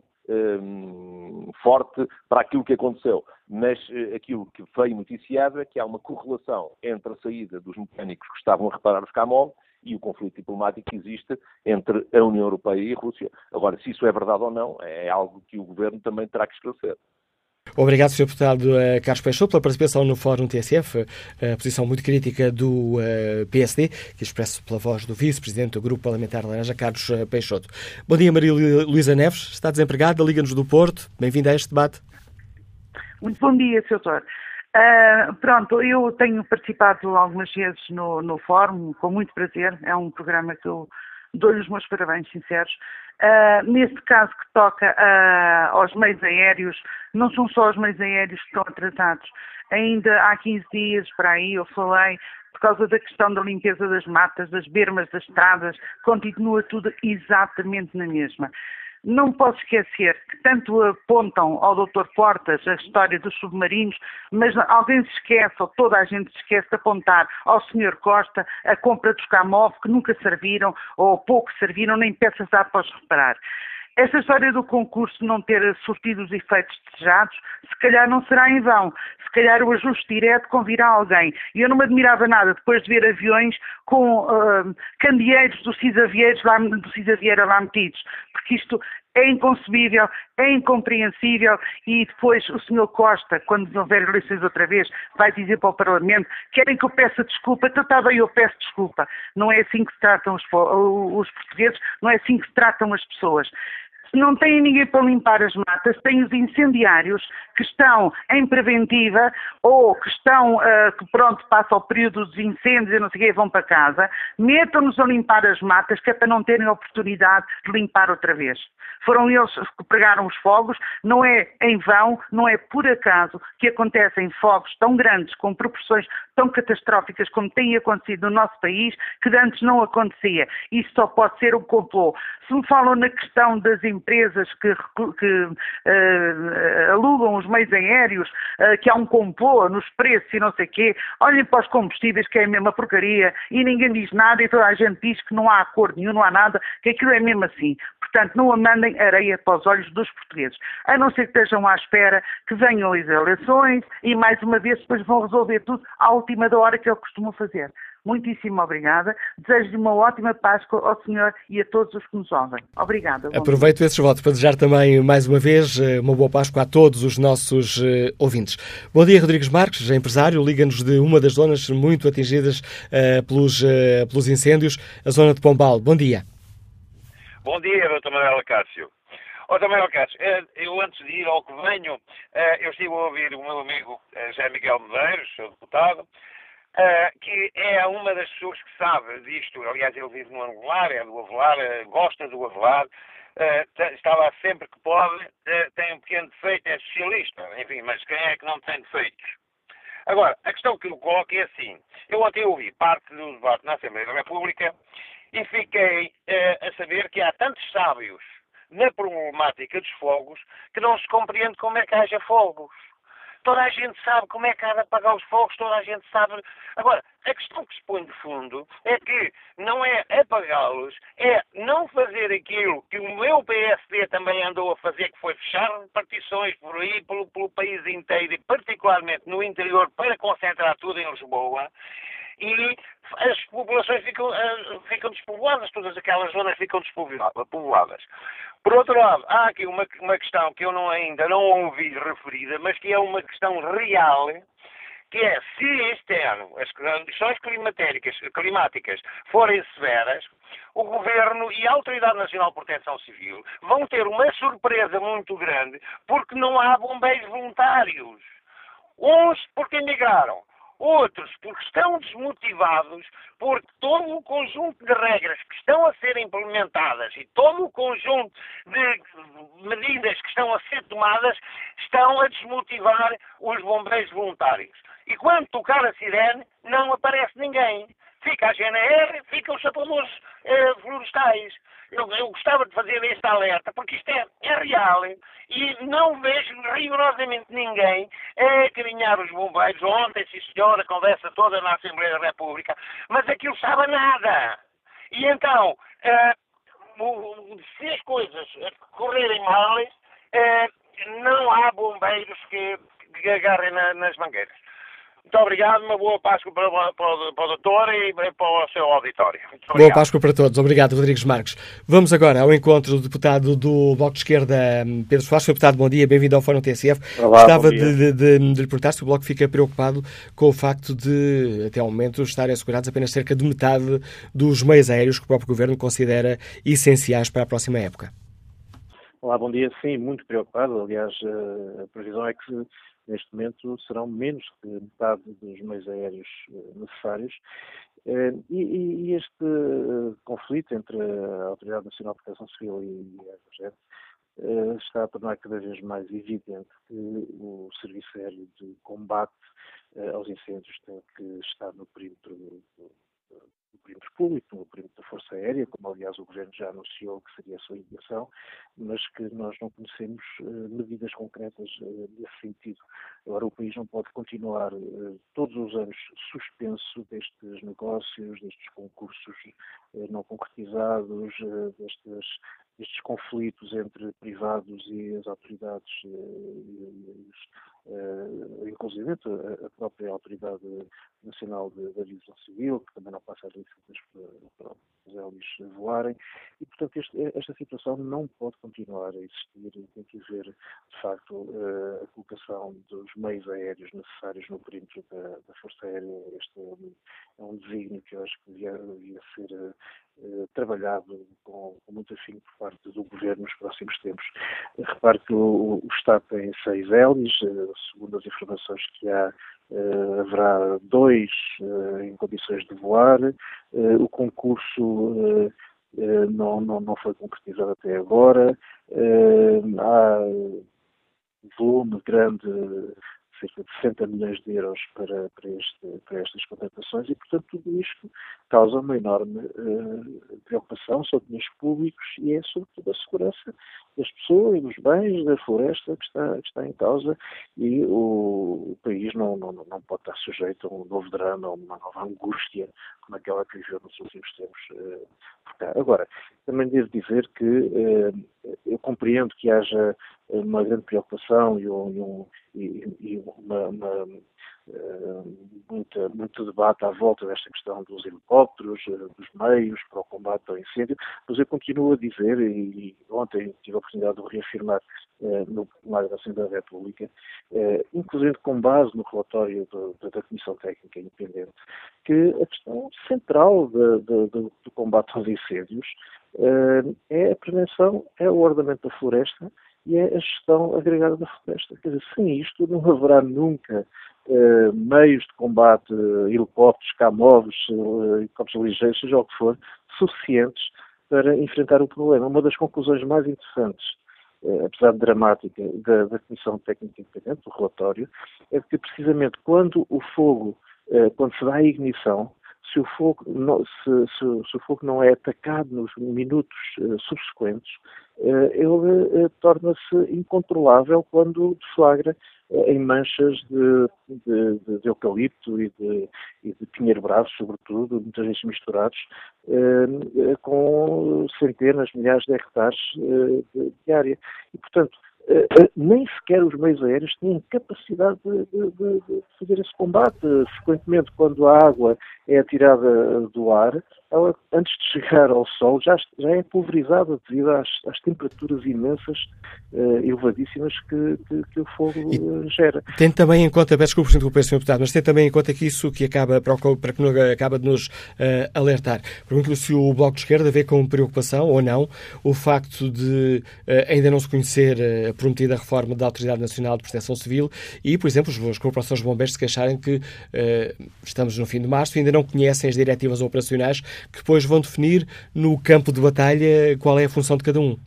um, forte para aquilo que aconteceu, mas uh, aquilo que veio noticiado é que há uma correlação entre a saída dos mecânicos que estavam a reparar os Kamov e o conflito diplomático que existe entre a União Europeia e a Rússia. Agora, se isso é verdade ou não, é algo que o Governo também terá que esclarecer. Obrigado, senhor Deputado uh, Carlos Peixoto, pela participação no Fórum T S F, a uh, posição muito crítica do uh, P S D, que expresso pela voz do Vice-Presidente do Grupo Parlamentar Laranja, Carlos uh, Peixoto. Bom dia, Maria Luísa Neves, está desempregada, Liga-nos do Porto, bem-vinda a este debate. Muito bom dia, senhor Doutor. Uh, pronto, eu tenho participado algumas vezes no, no Fórum, com muito prazer, é um programa que eu dou-lhe os meus parabéns sinceros. Uh, neste caso que toca uh, aos meios aéreos, não são só os meios aéreos que estão atrasados. Ainda há quinze dias, para aí, eu falei, por causa da questão da limpeza das matas, das bermas, das estradas, continua tudo exatamente na mesma. Não posso esquecer que tanto apontam ao doutor Portas a história dos submarinos, mas alguém se esquece, ou toda a gente se esquece de apontar ao senhor Costa a compra dos Kamov, que nunca serviram, ou pouco serviram, nem peças dá para os reparar. Esta história do concurso não ter surtido os efeitos desejados, se calhar não será em vão. Se calhar o ajuste direto convirá alguém. E eu não me admirava nada depois de ver aviões com uh, candeeiros do Cisavieira lá, do Cisavieira lá metidos. Porque isto é inconcebível, é incompreensível, e depois o senhor Costa, quando houver eleições outra vez, vai dizer para o Parlamento: querem que eu peça desculpa? Então está bem, eu peço desculpa. Não é assim que se tratam os, os portugueses, não é assim que se tratam as pessoas. Se não têm ninguém para limpar as matas, têm os incendiários que estão em preventiva ou que estão, uh, que pronto, passam o período dos incêndios e não sei o quê, vão para casa, metam-nos a limpar as matas, que é para não terem a oportunidade de limpar outra vez. Foram eles que pregaram os fogos, não é em vão, não é por acaso que acontecem fogos tão grandes, com proporções tão catastróficas como tem acontecido no nosso país, que antes não acontecia. Isso só pode ser um complô. Se me falam na questão das empresas, empresas que, que uh, alugam os meios aéreos, uh, que há um complô nos preços e não sei o quê. Olhem para os combustíveis, que é a mesma porcaria, e ninguém diz nada, e toda a gente diz que não há acordo nenhum, não há nada, que aquilo é mesmo assim. Portanto, não a mandem areia para os olhos dos portugueses. A não ser que estejam à espera que venham as eleições e, mais uma vez, depois vão resolver tudo à última da hora que eles costumam fazer. Muitíssimo obrigada. Desejo-lhe uma ótima Páscoa ao senhor e a todos os que nos ouvem. Obrigada. Aproveito esses votos para desejar também, mais uma vez, uma boa Páscoa a todos os nossos uh, ouvintes. Bom dia, Rodrigues Marques, empresário, liga-nos de uma das zonas muito atingidas uh, pelos, uh, pelos incêndios, a zona de Pombal. Bom dia. Bom dia, doutor Manuel Cássio. Ó, doutor Manuel Cássio, eu antes de ir ao que venho, eu estive a ouvir o meu amigo José Miguel Medeiros, seu deputado, que é uma das pessoas que sabe disto. Aliás, ele vive no Avelar, é do Avelar, gosta do Avelar, está lá sempre que pode, tem um pequeno defeito, é socialista, enfim, mas quem é que não tem defeitos? Agora, a questão que eu coloco é assim, eu ontem ouvi parte do debate na Assembleia da República e fiquei uh, a saber que há tantos sábios na problemática dos fogos que não se compreende como é que haja fogos. Toda a gente sabe como é que há de apagar os fogos, toda a gente sabe. Agora, a questão que se põe de fundo é que não é apagá-los, é não fazer aquilo que o meu P S D também andou a fazer, que foi fechar repartições por aí, pelo, pelo país inteiro e particularmente no interior, para concentrar tudo em Lisboa. E as populações ficam, uh, ficam despovoadas, todas aquelas zonas ficam despovoadas. Por outro lado, há aqui uma, uma questão que eu não, ainda não ouvi referida, mas que é uma questão real, que é, se este ano as condições climatéricas, climáticas forem severas, o Governo e a Autoridade Nacional de Proteção Civil vão ter uma surpresa muito grande, porque não há bombeiros voluntários. Uns porque emigraram, outros porque estão desmotivados, porque todo o conjunto de regras que estão a ser implementadas e todo o conjunto de medidas que estão a ser tomadas estão a desmotivar os bombeiros voluntários. E quando tocar a sirene, não aparece ninguém. Fica a G N R, ficam os sapadores eh, florestais. Eu, eu gostava de fazer este alerta, porque isto é, é real, e não vejo rigorosamente ninguém a acarinhar os bombeiros. Ontem, sim senhora, a conversa toda na Assembleia da República, mas aquilo sabe a nada. E então, uh, se as coisas correrem mal, uh, não há bombeiros que, que agarrem na, nas mangueiras. Muito obrigado, uma boa Páscoa para, para, para, para o doutor e para o seu auditório. Boa Páscoa para todos. Obrigado, Rodrigues Marques. Vamos agora ao encontro do deputado do Bloco de Esquerda, Pedro Soares. Senhor deputado, bom dia, bem-vindo ao Fórum T S F. Olá, Gostava de, de, de, de lhe perguntar se o Bloco fica preocupado com o facto de, até ao momento, estarem assegurados apenas cerca de metade dos meios aéreos que o próprio Governo considera essenciais para a próxima época. Olá, bom dia. Sim, muito preocupado. Aliás, a previsão é que neste momento serão menos que metade dos meios aéreos necessários. E, e este conflito entre a Autoridade Nacional de Proteção Civil e a Aerojet está a tornar cada vez mais evidente que o Serviço Aéreo de Combate aos Incêndios tem que estar no perímetro do, do, do perímetro público, no perímetro da Força Aérea, como aliás o Governo já anunciou que seria a sua indicação, mas que nós não conhecemos uh, medidas concretas uh, nesse sentido. Agora o país não pode continuar uh, todos os anos suspenso destes negócios, destes concursos uh, não concretizados, uh, destes, destes conflitos entre privados e as autoridades, uh, uh, inclusive a, a própria Autoridade Nacional de, de Aviação Civil, que também não passa as licenças para, para os hélices voarem, e portanto este, esta situação não pode continuar a existir. Tem que haver, de facto, a colocação dos meios aéreos necessários no perímetro da, da Força Aérea. Este é um, é um desígnio que eu acho que devia, devia ser uh, trabalhado com, com muito afinco por parte do Governo nos próximos tempos. Repare que o, o Estado tem seis hélices, uh, segundo as informações que há, Uh, haverá dois uh, em condições de voar. Uh, o concurso uh, uh, não, não, não foi concretizado até agora. Uh, há volume grande de cerca de sessenta milhões de euros para, para, este, para estas contratações e, portanto, tudo isto causa uma enorme uh, preocupação sobre dinheiros públicos e é, sobretudo, a segurança das pessoas, dos bens, da floresta que está, que está em causa e o, o país não, não, não pode estar sujeito a um novo drama, a uma nova angústia como aquela que viveu nos últimos tempos uh, por cá. Agora, também devo dizer que uh, eu compreendo que haja uma grande preocupação e, um, e, e uma, uma, uh, muita, muito debate à volta desta questão dos helicópteros, uh, dos meios para o combate ao incêndio, mas eu continuo a dizer, e, e ontem tive a oportunidade de o reafirmar uh, no plenário da Assembleia da República, uh, inclusive com base no relatório do, da Comissão Técnica Independente, que a questão central de, de, de, do combate aos incêndios uh, é a prevenção, é o ordenamento da floresta e é a gestão agregada da floresta. Quer dizer, sem isto não haverá nunca uh, meios de combate, uh, helicópteros, camóveis, uh, helicópteros ligeiros, seja o que for, suficientes para enfrentar o problema. Uma das conclusões mais interessantes, uh, apesar de dramática, da, da Comissão Técnica Independente, do relatório, é que precisamente quando o fogo, uh, quando se dá a ignição, se o fogo não, se, se, se o fogo não é atacado nos minutos uh, subsequentes, uh, ele uh, torna-se incontrolável quando deflagra uh, em manchas de, de, de, de eucalipto e de, e de pinheiro bravo, sobretudo, muitas vezes misturados, uh, uh, com centenas, milhares de hectares uh, de, de área. E, portanto, Uh, uh, nem sequer os meios aéreos têm capacidade de, de, de, de fazer esse combate. Frequentemente, quando a água é atirada do ar, ela, antes de chegar ao sol, já, já é pulverizada devido às, às temperaturas imensas, uh, elevadíssimas que, que, que o fogo uh, gera. Tem também em conta, peço desculpa por interromper, senhor Deputado, mas tem também em conta que isso que acaba, para, para que não, acaba de nos uh, alertar. Pergunto-lhe se o Bloco de Esquerda vê com preocupação ou não o facto de uh, ainda não se conhecer uh, a prometida reforma da Autoridade Nacional de Proteção Civil e, por exemplo, as corporações de bombeiros se queixarem que uh, estamos no fim de março e ainda não conhecem as diretivas operacionais que depois vão definir no campo de batalha qual é a função de cada um.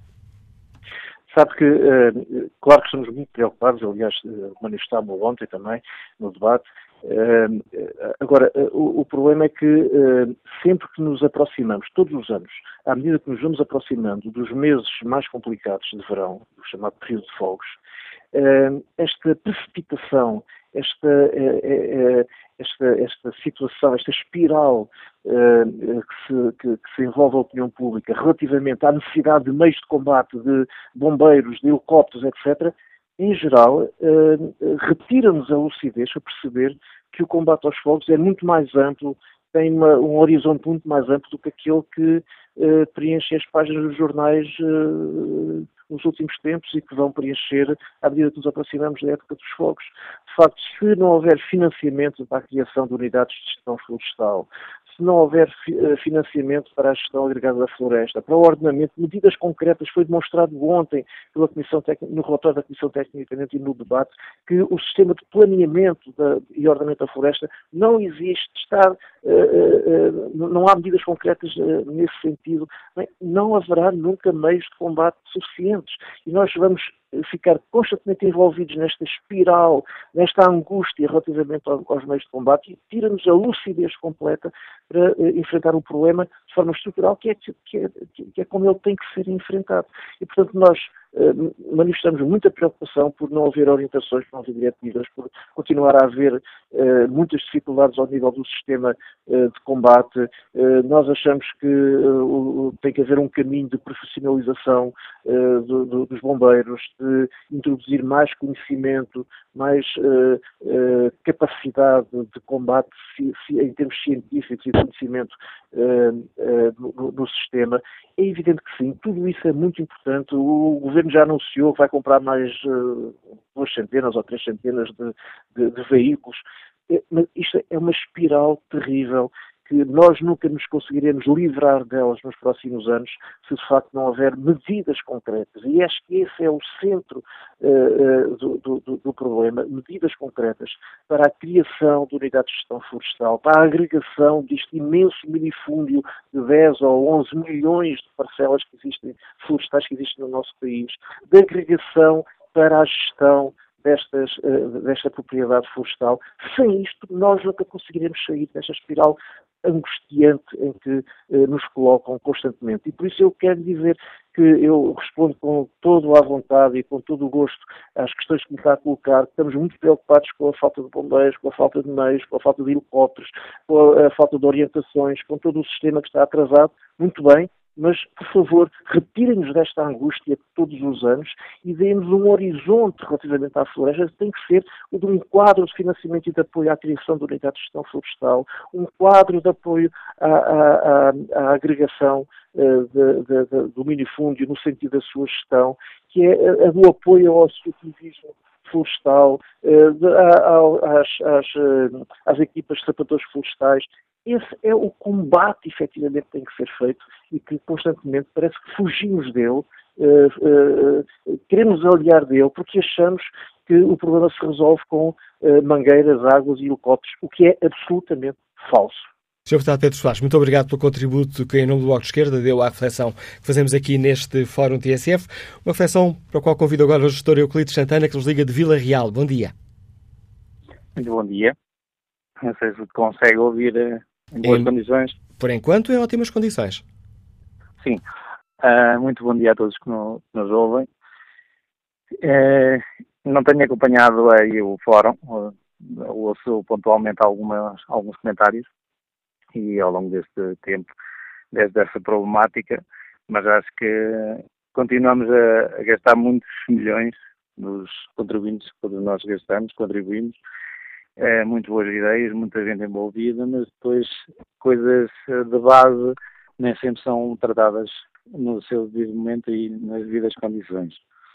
Sabe que, uh, claro que estamos muito preocupados, aliás, uh, manifestámos ontem também no debate. Uh, agora, uh, o, o problema é que uh, sempre que nos aproximamos, todos os anos, à medida que nos vamos aproximando dos meses mais complicados de verão, o chamado período de fogos, uh, esta precipitação, esta, uh, uh, esta, esta situação, esta espiral uh, que, se, que, que se envolve a opinião pública relativamente à necessidade de meios de combate, de bombeiros, de helicópteros, etcétera, em geral, uh, retira-nos a lucidez a perceber que o combate aos fogos é muito mais amplo, tem uma, um horizonte muito mais amplo do que aquele que uh, preenche as páginas dos jornais uh, nos últimos tempos e que vão preencher à medida que nos aproximamos da época dos fogos. De facto, se não houver financiamento para a criação de unidades de gestão florestal, se não houver financiamento para a gestão agregada da floresta, para o ordenamento, medidas concretas, foi demonstrado ontem pela Comissão Técnica, no relatório da Comissão Técnica Independente e no debate, que o sistema de planeamento da, e ordenamento da floresta não existe, está, uh, uh, uh, não há medidas concretas uh, nesse sentido, bem, não haverá nunca meios de combate suficientes e nós vamos ficar constantemente envolvidos nesta espiral, nesta angústia relativamente aos meios de combate e tira-nos a lucidez completa para uh, enfrentar o problema de forma estrutural, que é, que, é, que é como ele tem que ser enfrentado. E, portanto, nós uh, manifestamos muita preocupação por não haver orientações, por não haver diretivas, por continuar a haver uh, muitas dificuldades ao nível do sistema uh, de combate. Uh, nós achamos que uh, tem que haver um caminho de profissionalização uh, do, do, dos bombeiros, de introduzir mais conhecimento, mais uh, uh, capacidade de combate ci, ci, em termos científicos e de conhecimento uh, uh, no, no sistema. É evidente que sim, tudo isso é muito importante. O Governo já anunciou que vai comprar mais uh, duas centenas ou três centenas de, de, de veículos. É, mas isto é uma espiral terrível que nós nunca nos conseguiremos livrar delas nos próximos anos se de facto não houver medidas concretas. E acho que esse é o centro uh, do, do, do problema, medidas concretas para a criação de unidades de gestão florestal, para a agregação deste imenso minifúndio de dez ou onze milhões de parcelas que existem, florestais que existem no nosso país, de agregação para a gestão destas, uh, desta propriedade florestal. Sem isto, nós nunca conseguiremos sair desta espiral angustiante em que eh, nos colocam constantemente. E por isso eu quero dizer que eu respondo com toda a vontade e com todo o gosto às questões que me está a colocar. Estamos muito preocupados com a falta de bombeiros, com a falta de meios, com a falta de helicópteros, com a, a falta de orientações, com todo o sistema que está atrasado. Muito bem, mas, por favor, retirem-nos desta angústia todos os anos e deem-nos um horizonte relativamente à floresta. Tem que ser o de um quadro de financiamento e de apoio à criação de unidades de gestão florestal, um quadro de apoio à, à, à, à agregação uh, de, de, de, do minifúndio no sentido da sua gestão, que é a, a do apoio ao associativismo florestal, uh, de, a, a, às, às, uh, às equipas de sapadores florestais. Esse é o combate, efetivamente, que tem que ser feito e que constantemente parece que fugimos dele, uh, uh, uh, queremos aliar dele porque achamos que o problema se resolve com uh, mangueiras, águas e helicópteros, o que é absolutamente falso. senhor Deputado Pedro Soares, muito obrigado pelo contributo que, em nome do Bloco de Esquerda, deu à reflexão que fazemos aqui neste Fórum T S F. Uma reflexão para a qual convido agora o gestor Euclides Santana, que nos liga de Vila Real. Bom dia. Muito bom dia. Não sei se consegue ouvir em boas em, condições. Por enquanto, em ótimas condições. Sim. Uh, muito bom dia a todos que, no, que nos ouvem. Uh, não tenho acompanhado aí o fórum, uh, ouço pontualmente algumas, alguns comentários e ao longo deste tempo, desde essa problemática, mas acho que continuamos a, a gastar muitos milhões dos contribuintes, todos nós gastamos, contribuímos, é, muito boas ideias, muita gente envolvida, mas depois coisas de base nem sempre são tratadas no seu devido momento e nas devidas condições.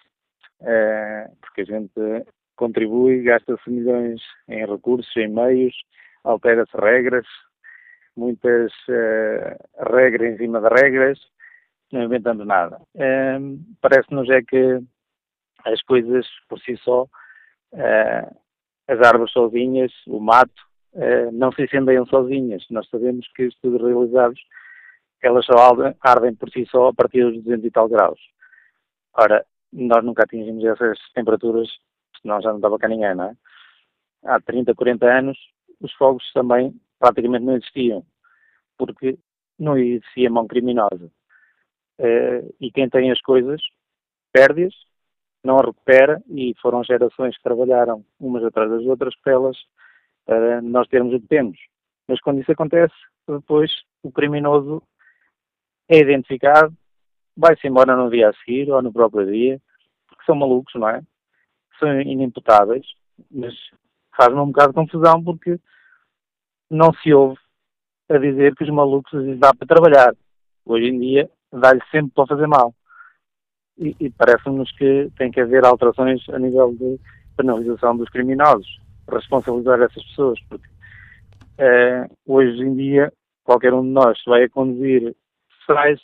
É, porque a gente contribui, gasta-se milhões em recursos, em meios, altera-se regras, muitas uh, regras em cima de regras, não inventamos nada. Uh, parece-nos é que as coisas por si só, uh, as árvores sozinhas, o mato, uh, não se incendeiam sozinhas. Nós sabemos que estudos realizados, elas só ardem por si só a partir dos duzentos e tal graus. Ora, nós nunca atingimos essas temperaturas, senão já não dava cá ninguém, não é? Há trinta, quarenta anos, os fogos também praticamente não existiam, porque não existia mão criminosa. Uh, e quem tem as coisas, perde-as, não a recupera, e foram gerações que trabalharam umas atrás das outras para elas, para nós termos o que temos. Mas quando isso acontece, depois o criminoso é identificado, vai-se embora no dia a seguir ou no próprio dia, porque são malucos, não é? São inimputáveis, mas faz-me um bocado de confusão porque não se ouve a dizer que os malucos dá para trabalhar. Hoje em dia dá-lhe sempre para fazer mal. E, e parece-nos que tem que haver alterações a nível de penalização dos criminosos, responsabilizar essas pessoas, porque eh, hoje em dia qualquer um de nós vai a conduzir, sai-se,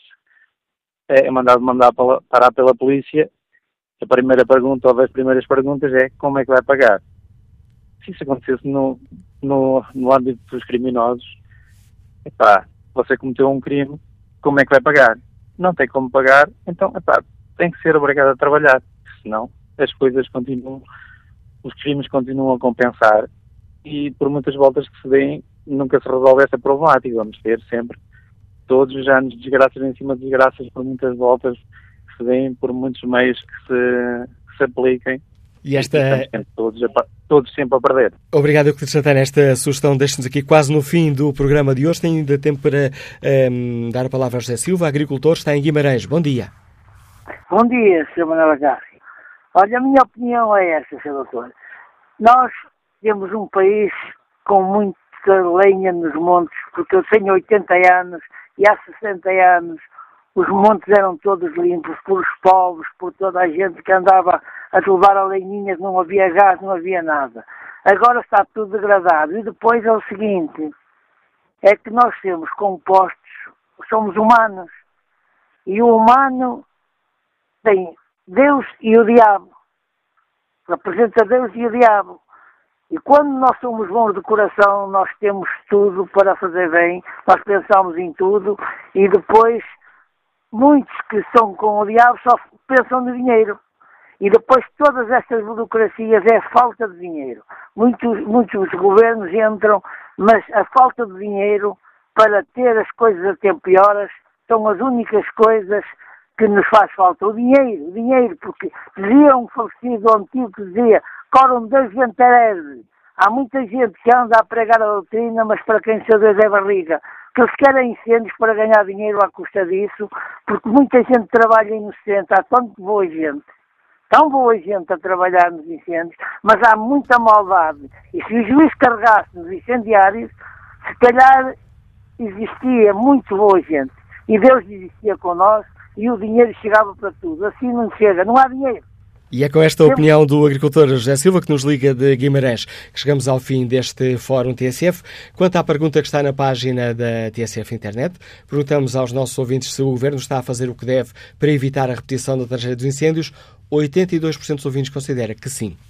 é mandado mandar para, parar pela polícia. A primeira pergunta, ou das primeiras perguntas, é como é que vai pagar? Se isso acontecesse no, no, no âmbito dos criminosos, epá, você cometeu um crime, como é que vai pagar? Não tem como pagar, então epá, tem que ser obrigado a trabalhar, senão as coisas continuam, os crimes continuam a compensar, e por muitas voltas que se deem, nunca se resolve essa problemática. Vamos ter sempre, todos os anos, desgraças em cima de desgraças, por muitas voltas que se deem, por muitos meios que se, que se apliquem. E esta... E todos, todos sempre a perder. Obrigado, Euclides Santana. Esta sugestão deixa-nos aqui quase no fim do programa de hoje. Tem ainda tempo para um, dar a palavra a José Silva, agricultor, está em Guimarães. Bom dia. Bom dia, senhor Manuel Acácio. Olha, a minha opinião é esta, senhor doutor. Nós temos um país com muita lenha nos montes, porque eu tenho oitenta anos e há sessenta anos os montes eram todos limpos por os povos, por toda a gente que andava a levar a lenhinha, não havia gás, não havia nada. Agora está tudo degradado. E depois é o seguinte, é que nós temos compostos, somos humanos, e o humano tem Deus e o diabo. Representa Deus e o diabo. E quando nós somos bons de coração, nós temos tudo para fazer bem, nós pensamos em tudo, e depois muitos que são com o diabo só pensam no dinheiro. E depois todas estas burocracias é falta de dinheiro. Muitos, muitos governos entram, mas a falta de dinheiro para ter as coisas a tempo e horas são as únicas coisas que nos faz falta. O dinheiro, o dinheiro, porque dizia um falecido antigo que dizia coram Deus ventarese. Há muita gente que anda a pregar a doutrina, mas para quem seu Deus é barriga. Que eles querem incêndios para ganhar dinheiro à custa disso, porque muita gente trabalha inocente, há tanta boa gente. Tão boa gente a trabalhar nos incêndios, mas há muita maldade. E se o juiz carregasse nos incendiários, se calhar existia muito boa gente. E Deus existia connosco e o dinheiro chegava para tudo. Assim não chega, não há dinheiro. E é com esta opinião do agricultor José Silva, que nos liga de Guimarães, que chegamos ao fim deste Fórum T S F. Quanto à pergunta que está na página da T S F Internet, perguntamos aos nossos ouvintes se o Governo está a fazer o que deve para evitar a repetição da tragédia dos incêndios. oitenta e dois por cento dos ouvintes considera que sim.